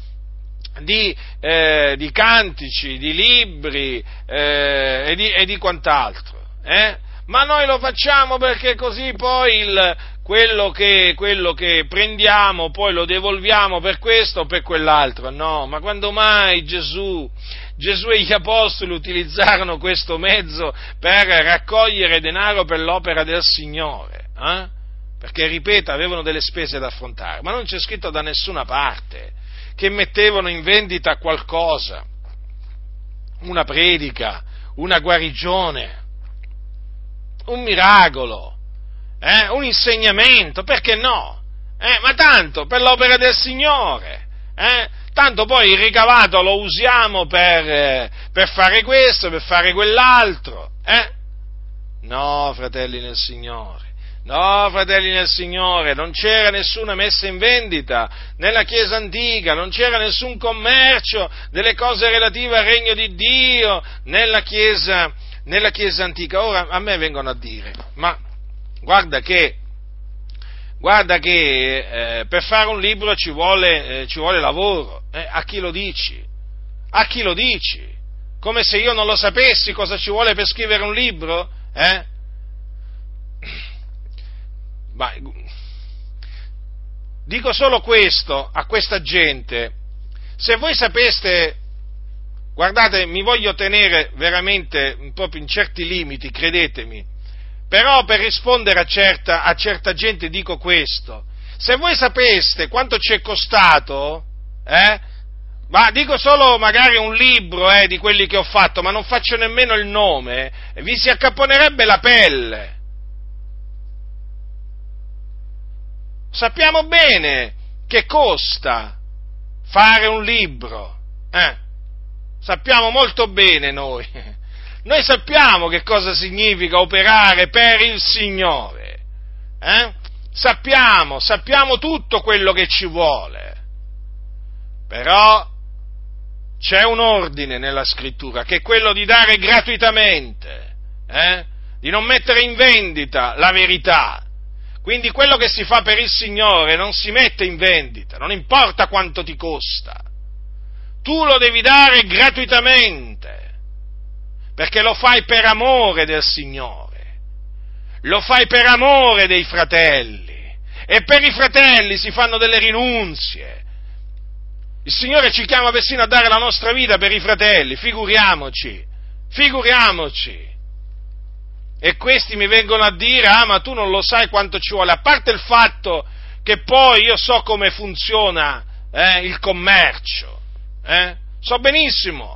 di, eh, di cantici, di libri eh, e, di, e di quant'altro. Eh? Ma noi lo facciamo perché così poi il, quello, che, quello che prendiamo poi lo devolviamo per questo o per quell'altro. No, ma quando mai Gesù... Gesù e gli Apostoli utilizzarono questo mezzo per raccogliere denaro per l'opera del Signore, eh? Perché, ripeto, avevano delle spese da affrontare, ma non c'è scritto da nessuna parte che mettevano in vendita qualcosa, una predica, una guarigione, un miracolo, eh? un insegnamento, perché no? Eh? Ma tanto per l'opera del Signore, eh? Tanto poi il ricavato lo usiamo per, eh, per fare questo, per fare quell'altro, eh? No, fratelli nel Signore, no, fratelli nel Signore, non c'era nessuna messa in vendita nella Chiesa antica, non c'era nessun commercio delle cose relative al regno di Dio nella Chiesa, nella Chiesa antica. Ora a me vengono a dire, ma guarda che, guarda che eh, per fare un libro ci vuole, eh, ci vuole lavoro. Eh, a chi lo dici? A chi lo dici? Come se io non lo sapessi cosa ci vuole per scrivere un libro? Eh? Ma, dico solo questo a questa gente: se voi sapeste, guardate, mi voglio tenere veramente proprio in certi limiti, credetemi, però per rispondere a certa, a certa gente dico questo: se voi sapeste quanto ci è costato, eh, ma dico solo magari un libro eh, di quelli che ho fatto, ma non faccio nemmeno il nome, vi si accapponerebbe la pelle. Sappiamo bene che costa fare un libro, eh? Sappiamo molto bene noi, noi sappiamo che cosa significa operare per il Signore, eh? Sappiamo, sappiamo tutto quello che ci vuole, però c'è un ordine nella Scrittura, che è quello di dare gratuitamente, eh? Di non mettere in vendita la verità. Quindi quello che si fa per il Signore non si mette in vendita, non importa quanto ti costa. Tu lo devi dare gratuitamente, perché lo fai per amore del Signore, lo fai per amore dei fratelli, e per i fratelli si fanno delle rinunzie. Il Signore ci chiama persino a dare la nostra vita per i fratelli, figuriamoci, figuriamoci. E questi mi vengono a dire: ah, ma tu non lo sai quanto ci vuole, a parte il fatto che poi io so come funziona eh, il commercio, eh? So benissimo,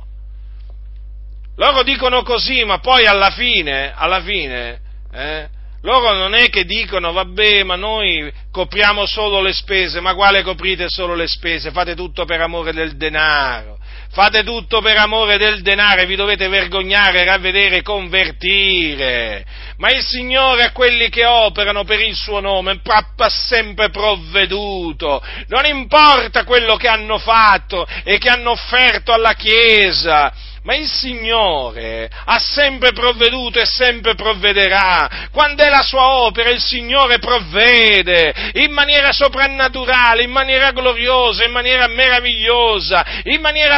loro dicono così, ma poi alla fine, alla fine, eh, loro non è che dicono: vabbè, ma noi copriamo solo le spese. Ma quale coprite solo le spese? Fate tutto per amore del denaro, fate tutto per amore del denaro, e vi dovete vergognare, ravvedere, convertire. Ma il Signore a quelli che operano per il suo nome ha sempre provveduto, non importa quello che hanno fatto e che hanno offerto alla Chiesa, ma il Signore ha sempre provveduto e sempre provvederà. Quando è la sua opera, il Signore provvede in maniera soprannaturale, in maniera gloriosa, in maniera meravigliosa, in maniera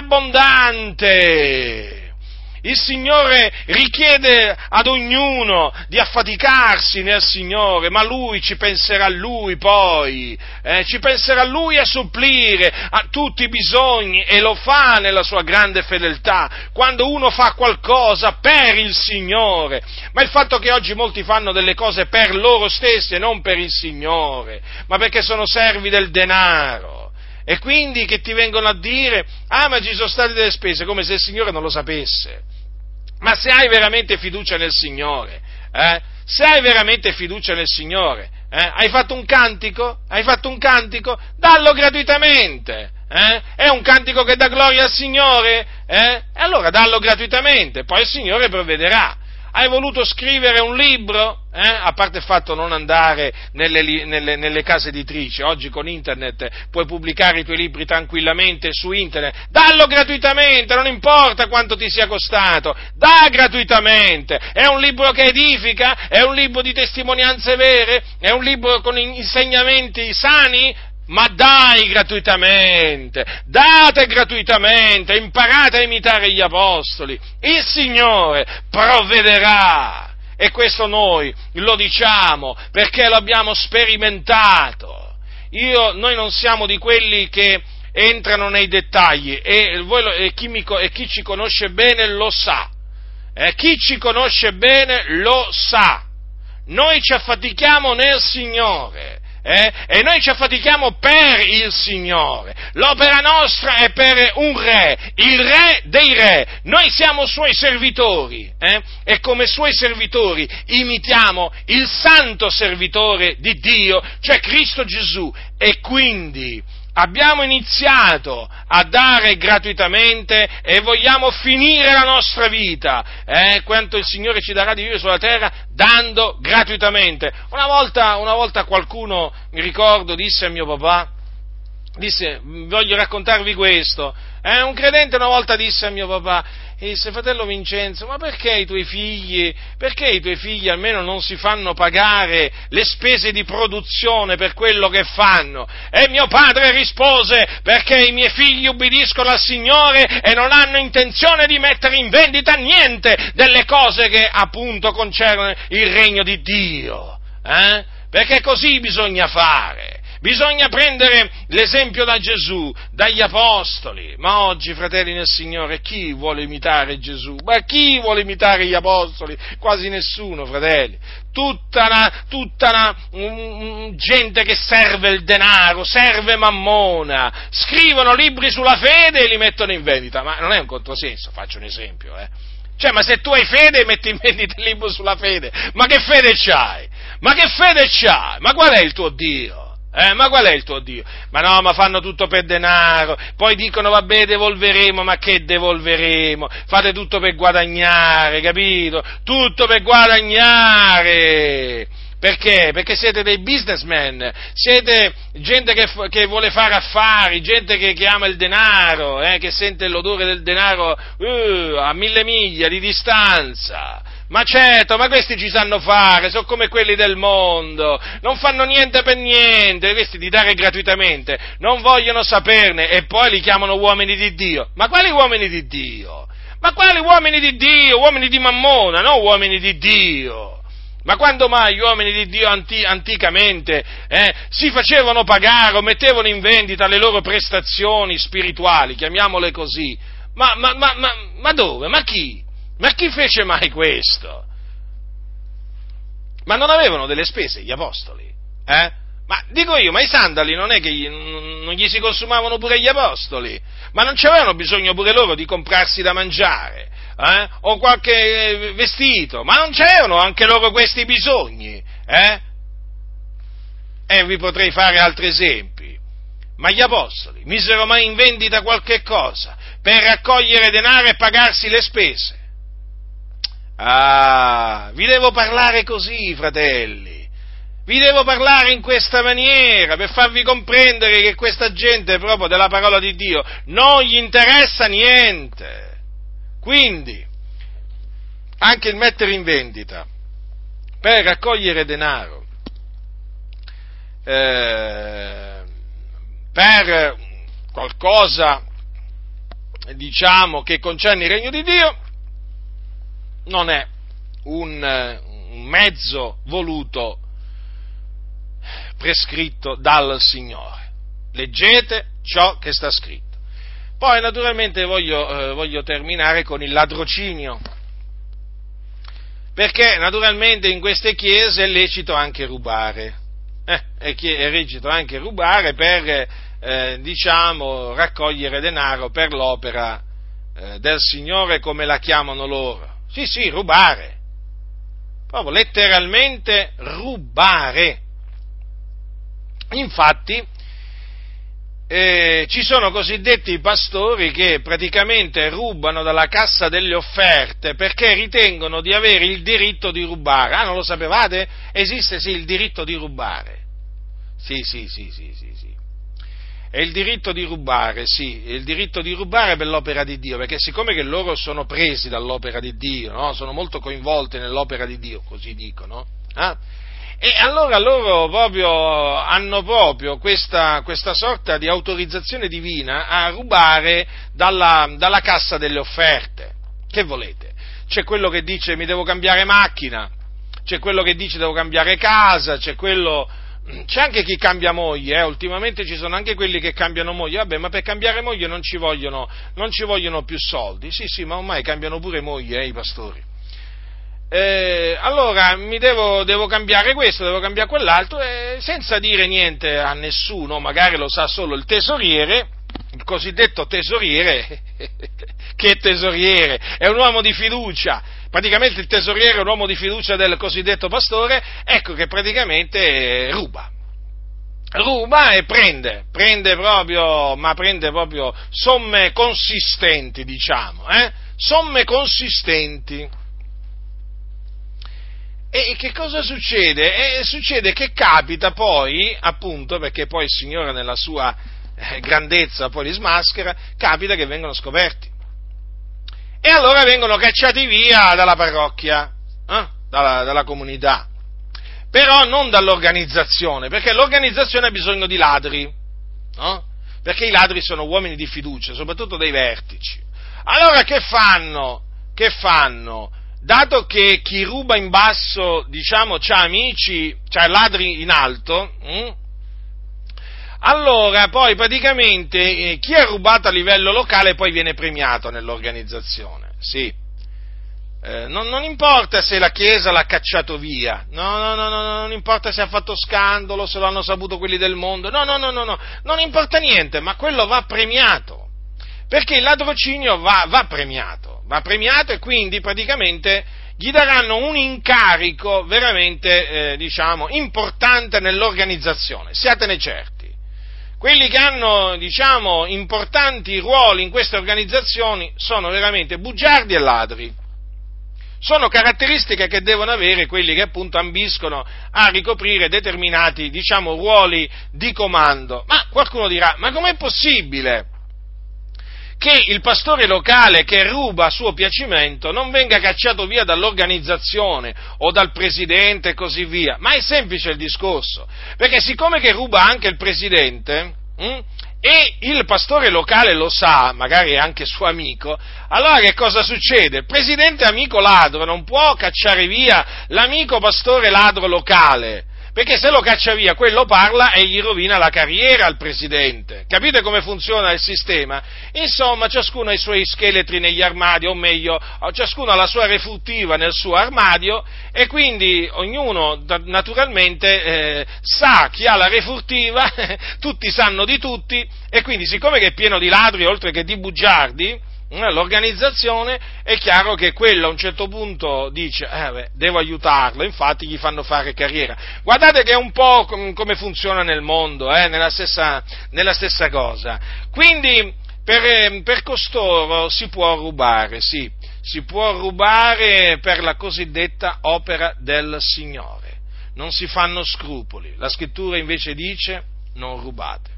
abbondante. Il Signore richiede ad ognuno di affaticarsi nel Signore, ma Lui ci penserà Lui poi, eh, ci penserà Lui a supplire a tutti i bisogni, e lo fa nella sua grande fedeltà, quando uno fa qualcosa per il Signore. Ma il fatto che oggi molti fanno delle cose per loro stessi e non per il Signore, ma perché sono servi del denaro, e quindi che ti vengono a dire: ah, ma ci sono state delle spese, come se il Signore non lo sapesse. Ma se hai veramente fiducia nel Signore, eh, se hai veramente fiducia nel Signore, eh, hai fatto un cantico? Hai fatto un cantico? Dallo gratuitamente, eh? È un cantico che dà gloria al Signore? Eh? E allora dallo gratuitamente, poi il Signore provvederà. Hai voluto scrivere un libro? Eh? A parte il fatto non andare nelle, nelle, nelle case editrici, oggi con internet puoi pubblicare i tuoi libri tranquillamente su internet, dallo gratuitamente, non importa quanto ti sia costato, da gratuitamente. È un libro che edifica? È un libro di testimonianze vere? È un libro con insegnamenti sani? Ma dai gratuitamente, date gratuitamente, imparate a imitare gli apostoli, il Signore provvederà, e questo noi lo diciamo perché lo abbiamo sperimentato. Io, noi non siamo di quelli che entrano nei dettagli, e, voi lo, e, chi, mi, e chi ci conosce bene lo sa, eh, chi ci conosce bene lo sa, noi ci affatichiamo nel Signore. Eh? E noi ci affatichiamo per il Signore, l'opera nostra è per un re, il re dei re, noi siamo suoi servitori, eh? E come suoi servitori imitiamo il santo servitore di Dio, cioè Cristo Gesù, e quindi abbiamo iniziato a dare gratuitamente e vogliamo finire la nostra vita, eh, quanto il Signore ci darà di vivere sulla terra, dando gratuitamente. Una volta, una volta qualcuno, mi ricordo, disse a mio papà, disse, voglio raccontarvi questo, eh, un credente una volta disse a mio papà, e disse, fratello Vincenzo, ma perché i tuoi figli, perché i tuoi figli almeno non si fanno pagare le spese di produzione per quello che fanno? E mio padre rispose, perché i miei figli ubbidiscono al Signore e non hanno intenzione di mettere in vendita niente delle cose che appunto concernono il regno di Dio, eh? Perché così bisogna fare. Bisogna prendere l'esempio da Gesù, dagli apostoli, ma oggi, fratelli nel Signore, chi vuole imitare Gesù? Ma chi vuole imitare gli apostoli? Quasi nessuno, fratelli. Tutta una, tutta una um, gente che serve il denaro, serve Mammona, scrivono libri sulla fede e li mettono in vendita, ma non è un controsenso, faccio un esempio, eh. Cioè, ma se tu hai fede metti in vendita il libro sulla fede, ma che fede c'hai? Ma che fede c'hai? Ma qual è il tuo Dio? Eh, ma qual è il tuo Dio? Ma no, ma fanno tutto per denaro, poi dicono vabbè devolveremo, ma che devolveremo? Fate tutto per guadagnare, capito? Tutto per guadagnare! Perché? Perché siete dei businessmen, siete gente che, che vuole fare affari, gente che, che ama il denaro, eh, che sente l'odore del denaro uh, a mille miglia di distanza. Ma certo, ma questi ci sanno fare, sono come quelli del mondo, non fanno niente per niente, questi di dare gratuitamente, non vogliono saperne e poi li chiamano uomini di Dio. Ma quali uomini di Dio? Ma quali uomini di Dio? Uomini di Mammona, non uomini di Dio. Ma quando mai gli uomini di Dio anti, anticamente eh, si facevano pagare o mettevano in vendita le loro prestazioni spirituali, chiamiamole così? Ma, ma, ma, ma, ma dove? Ma chi? Ma chi fece mai questo? Ma non avevano delle spese gli apostoli? Eh? Ma dico io, ma i sandali non è che gli, non gli si consumavano pure gli apostoli? Ma non c'avevano bisogno pure loro di comprarsi da mangiare? Eh? O qualche vestito? Ma non c'erano anche loro questi bisogni? Eh? E vi potrei fare altri esempi. Ma gli apostoli misero mai in vendita qualche cosa per raccogliere denaro e pagarsi le spese? Ah, vi devo parlare così, fratelli, vi devo parlare in questa maniera per farvi comprendere che questa gente proprio della parola di Dio non gli interessa niente. Quindi, anche il mettere in vendita per raccogliere denaro, eh, per qualcosa, diciamo, che concerne il regno di Dio, non è un, un mezzo voluto, prescritto dal Signore. Leggete ciò che sta scritto. Poi naturalmente voglio, eh, voglio terminare con il ladrocinio, perché naturalmente in queste chiese è lecito anche rubare, eh, è, è lecito anche rubare per, eh, diciamo, raccogliere denaro per l'opera eh, del Signore, come la chiamano loro. Sì, sì, rubare, proprio letteralmente rubare. Infatti, eh, ci sono cosiddetti pastori che praticamente rubano dalla cassa delle offerte perché ritengono di avere il diritto di rubare. Ah, non lo sapevate? Esiste sì il diritto di rubare. Sì, sì, sì, sì, sì, sì. È il diritto di rubare, sì, è il diritto di rubare per l'opera di Dio, perché siccome che loro sono presi dall'opera di Dio, no? Sono molto coinvolti nell'opera di Dio, così dicono, eh? E allora loro proprio hanno proprio questa, questa sorta di autorizzazione divina a rubare dalla, dalla cassa delle offerte. Che volete? C'è quello che dice mi devo cambiare macchina, c'è quello che dice devo cambiare casa, c'è quello... C'è anche chi cambia moglie, eh? Ultimamente ci sono anche quelli che cambiano moglie, vabbè, ma per cambiare moglie non ci vogliono, non ci vogliono più soldi, sì sì, ma ormai cambiano pure moglie, eh, i pastori. Eh, allora mi devo, devo cambiare questo, devo cambiare quell'altro, eh, senza dire niente a nessuno, magari lo sa solo il tesoriere, il cosiddetto tesoriere, che tesoriere, è un uomo di fiducia, praticamente il tesoriere è un uomo di fiducia del cosiddetto pastore, ecco che praticamente ruba, ruba e prende, prende proprio, ma prende proprio somme consistenti, diciamo, eh, somme consistenti. E che cosa succede? Eh, succede che capita poi, appunto, perché poi il Signore nella sua, eh, grandezza poi li smaschera, capita che vengono scoperti. E allora vengono cacciati via dalla parrocchia, eh? dalla, dalla comunità. Però non dall'organizzazione, perché l'organizzazione ha bisogno di ladri, no? Perché i ladri sono uomini di fiducia, soprattutto dei vertici. Allora che fanno? Che fanno? Dato che chi ruba in basso, diciamo, c'ha amici, c'ha ladri in alto, hm? allora poi praticamente eh, chi ha rubato a livello locale poi viene premiato nell'organizzazione, sì. Eh, non, non importa se la Chiesa l'ha cacciato via, no, no, no, no, non importa se ha fatto scandalo, se lo hanno saputo quelli del mondo, no, no, no, no, no, non importa niente, ma quello va premiato, perché il ladrocinio va, va premiato, va premiato e quindi praticamente gli daranno un incarico veramente, eh, diciamo, importante nell'organizzazione, siatene certi. Quelli che hanno, diciamo, importanti ruoli in queste organizzazioni sono veramente bugiardi e ladri. Sono caratteristiche che devono avere quelli che appunto ambiscono a ricoprire determinati, diciamo, ruoli di comando. Ma qualcuno dirà, ma com'è possibile che il pastore locale che ruba a suo piacimento non venga cacciato via dall'organizzazione o dal presidente e così via? Ma è semplice il discorso, perché siccome che ruba anche il presidente, hm, e il pastore locale lo sa, magari è anche suo amico, allora che cosa succede? Il presidente amico ladro non può cacciare via l'amico pastore ladro locale, perché se lo caccia via, quello parla e gli rovina la carriera al presidente. Capite come funziona il sistema? Insomma, ciascuno ha i suoi scheletri negli armadi, o meglio, ciascuno ha la sua refurtiva nel suo armadio, e quindi ognuno naturalmente eh, sa chi ha la refurtiva, tutti sanno di tutti, e quindi siccome che è pieno di ladri oltre che di bugiardi, l'organizzazione, è chiaro che quello a un certo punto dice, eh beh, devo aiutarlo, infatti gli fanno fare carriera. Guardate che è un po' com- come funziona nel mondo, eh, nella stessa, nella stessa cosa. Quindi per, per costoro si può rubare, sì, si può rubare per la cosiddetta opera del Signore, non si fanno scrupoli. La Scrittura invece dice, non rubate.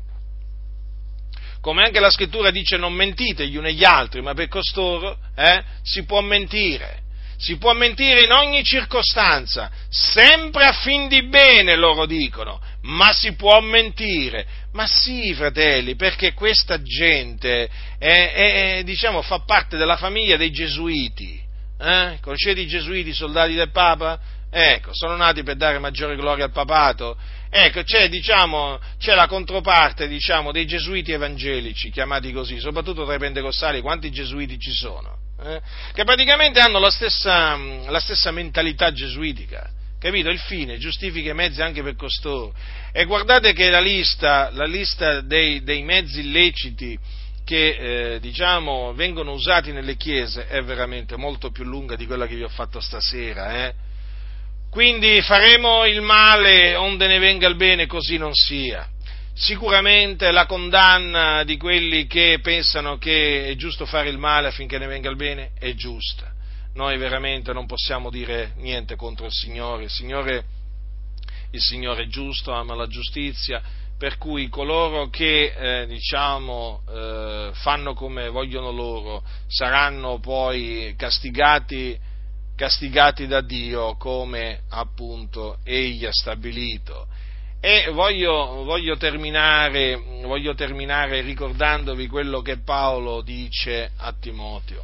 Come anche la Scrittura dice non mentite gli uni agli altri, ma per costoro eh, si può mentire, si può mentire in ogni circostanza, sempre a fin di bene loro dicono, ma si può mentire. Ma sì, fratelli, perché questa gente è, è, diciamo, fa parte della famiglia dei Gesuiti, eh? Conoscete i Gesuiti, i soldati del Papa? Ecco, sono nati per dare maggiore gloria al papato. Ecco, c'è, diciamo, c'è la controparte, diciamo, dei gesuiti evangelici, chiamati così, soprattutto tra i pentecostali, quanti gesuiti ci sono? Eh? Che praticamente hanno la stessa, la stessa mentalità gesuitica, capito? Il fine giustifica i mezzi anche per costoro. E guardate che la lista, la lista dei, dei mezzi illeciti che, eh, diciamo, vengono usati nelle chiese è veramente molto più lunga di quella che vi ho fatto stasera, eh? Quindi faremo il male onde ne venga il bene, così non sia. Sicuramente la condanna di quelli che pensano che è giusto fare il male affinché ne venga il bene è giusta. Noi veramente non possiamo dire niente contro il Signore. Il Signore, il Signore è giusto, ama la giustizia, per cui coloro che eh, diciamo eh, fanno come vogliono loro saranno poi castigati castigati da Dio come appunto Egli ha stabilito. E voglio, voglio, terminare, voglio terminare ricordandovi quello che Paolo dice a Timoteo.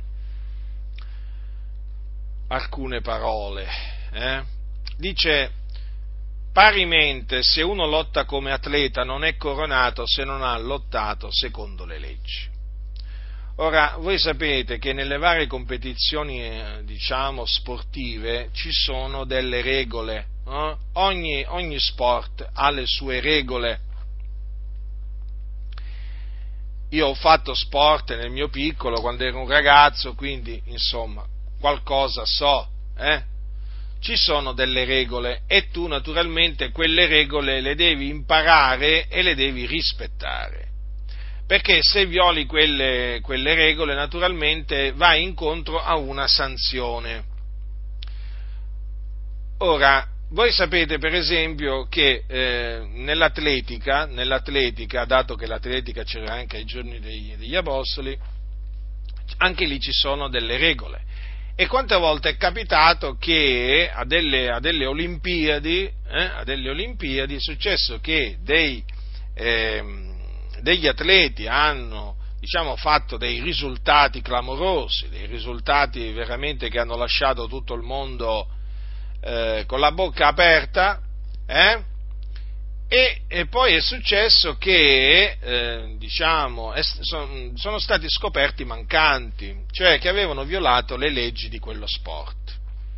Alcune parole. Eh? Dice, parimente se uno lotta come atleta non è coronato se non ha lottato secondo le leggi. Ora, voi sapete che nelle varie competizioni, eh, diciamo, sportive ci sono delle regole, eh? ogni, ogni sport ha le sue regole. Io ho fatto sport nel mio piccolo quando ero un ragazzo, quindi, insomma, qualcosa so, eh? Ci sono delle regole e tu naturalmente quelle regole le devi imparare e le devi rispettare. Perché se violi quelle, quelle regole, naturalmente vai incontro a una sanzione. Ora, voi sapete per esempio che eh, nell'atletica, nell'atletica, dato che l'atletica c'era anche ai giorni degli, degli Apostoli, anche lì ci sono delle regole. E quante volte è capitato che a delle, a delle Olimpiadi, eh, a delle Olimpiadi è successo che dei, eh, degli atleti hanno, diciamo, fatto dei risultati clamorosi, dei risultati veramente che hanno lasciato tutto il mondo eh, con la bocca aperta, eh? E, e poi è successo che, eh, diciamo, è, son, sono stati scoperti mancanti, cioè che avevano violato le leggi di quello sport.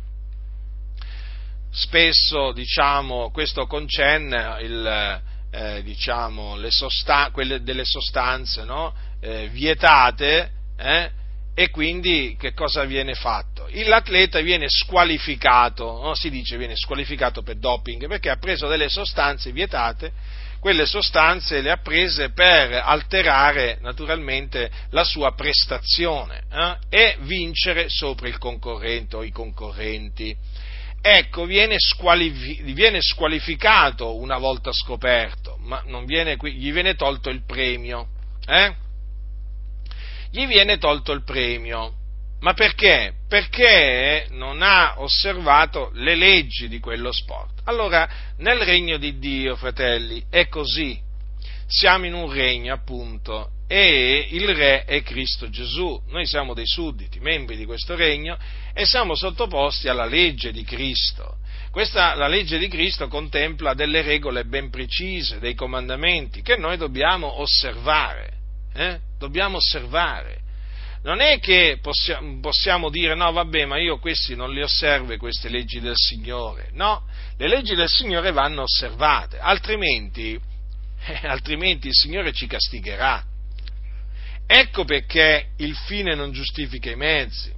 Spesso, diciamo, questo concerne il, eh, diciamo, le sostan- quelle delle sostanze, no? eh, vietate, eh? E quindi che cosa viene fatto? L'atleta viene squalificato, no? Si dice viene squalificato per doping, perché ha preso delle sostanze vietate, quelle sostanze le ha prese per alterare naturalmente la sua prestazione eh? e vincere sopra il concorrente o i concorrenti. Ecco, viene, squalifi- viene squalificato una volta scoperto, ma non viene, gli viene tolto il premio, eh? Gli viene tolto il premio. Ma perché? Perché non ha osservato le leggi di quello sport. Allora, nel regno di Dio, fratelli, è così. Siamo in un regno, appunto, e il re è Cristo Gesù. Noi siamo dei sudditi, membri di questo regno, e siamo sottoposti alla legge di Cristo. Questa, la legge di Cristo contempla delle regole ben precise, dei comandamenti che noi dobbiamo osservare. Eh? Dobbiamo osservare. Non è che possiamo, possiamo dire no vabbè ma io questi non li osservo queste leggi del Signore, no, le leggi del Signore vanno osservate, altrimenti, eh, altrimenti il Signore ci castigherà. Ecco perché il fine non giustifica i mezzi.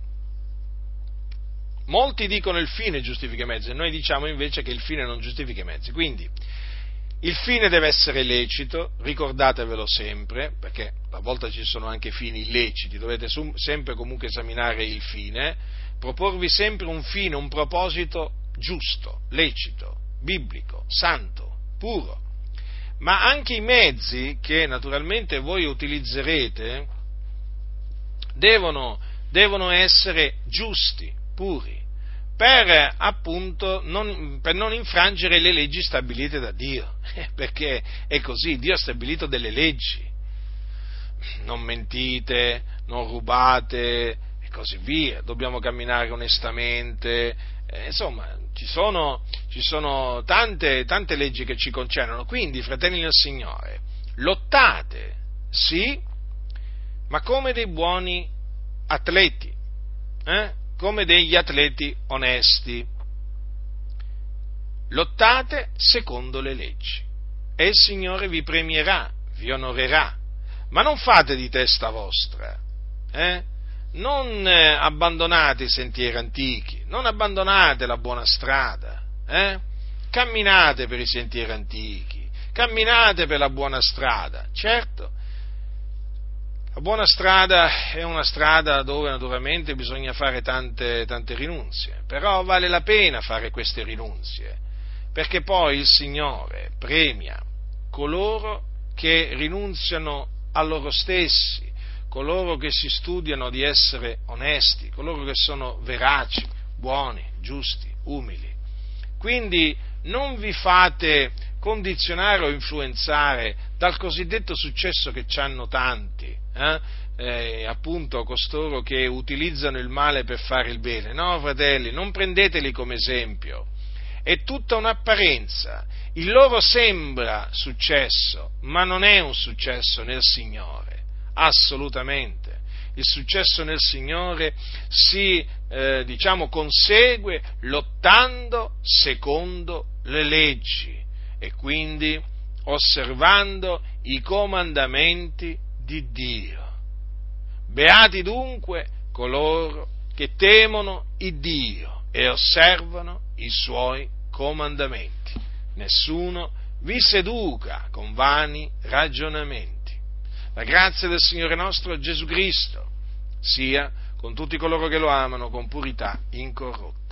Molti dicono il fine giustifica i mezzi e noi diciamo invece che il fine non giustifica i mezzi, quindi il fine deve essere lecito, ricordatevelo sempre, perché a volte ci sono anche fini illeciti, dovete sempre comunque esaminare il fine, proporvi sempre un fine, un proposito giusto, lecito, biblico, santo, puro, ma anche i mezzi che naturalmente voi utilizzerete devono, devono essere giusti, puri, per appunto non, per non infrangere le leggi stabilite da Dio, perché è così, Dio ha stabilito delle leggi, non mentite, non rubate e così via, dobbiamo camminare onestamente, eh, insomma ci sono, ci sono tante, tante leggi che ci concernono, quindi fratelli del Signore, lottate, sì, ma come dei buoni atleti, eh? come degli atleti onesti. Lottate secondo le leggi e il Signore vi premierà, vi onorerà, ma non fate di testa vostra, eh? non eh, abbandonate i sentieri antichi, non abbandonate la buona strada, eh? camminate per i sentieri antichi, camminate per la buona strada, certo. La buona strada è una strada dove naturalmente bisogna fare tante, tante rinunzie, però vale la pena fare queste rinunzie, perché poi il Signore premia coloro che rinunziano a loro stessi, coloro che si studiano di essere onesti, coloro che sono veraci, buoni, giusti, umili. Quindi non vi fate condizionare o influenzare dal cosiddetto successo che c'hanno tanti, eh? Eh, appunto costoro che utilizzano il male per fare il bene. No, fratelli, non prendeteli come esempio, è tutta un'apparenza, il loro sembra successo, ma non è un successo nel Signore, assolutamente. Il successo nel Signore si, eh, diciamo, consegue lottando secondo le leggi e quindi osservando i comandamenti di Dio. Beati dunque coloro che temono il Dio e osservano i Suoi comandamenti. Nessuno vi seduca con vani ragionamenti. La grazia del Signore nostro Gesù Cristo sia con tutti coloro che lo amano con purità incorrotta.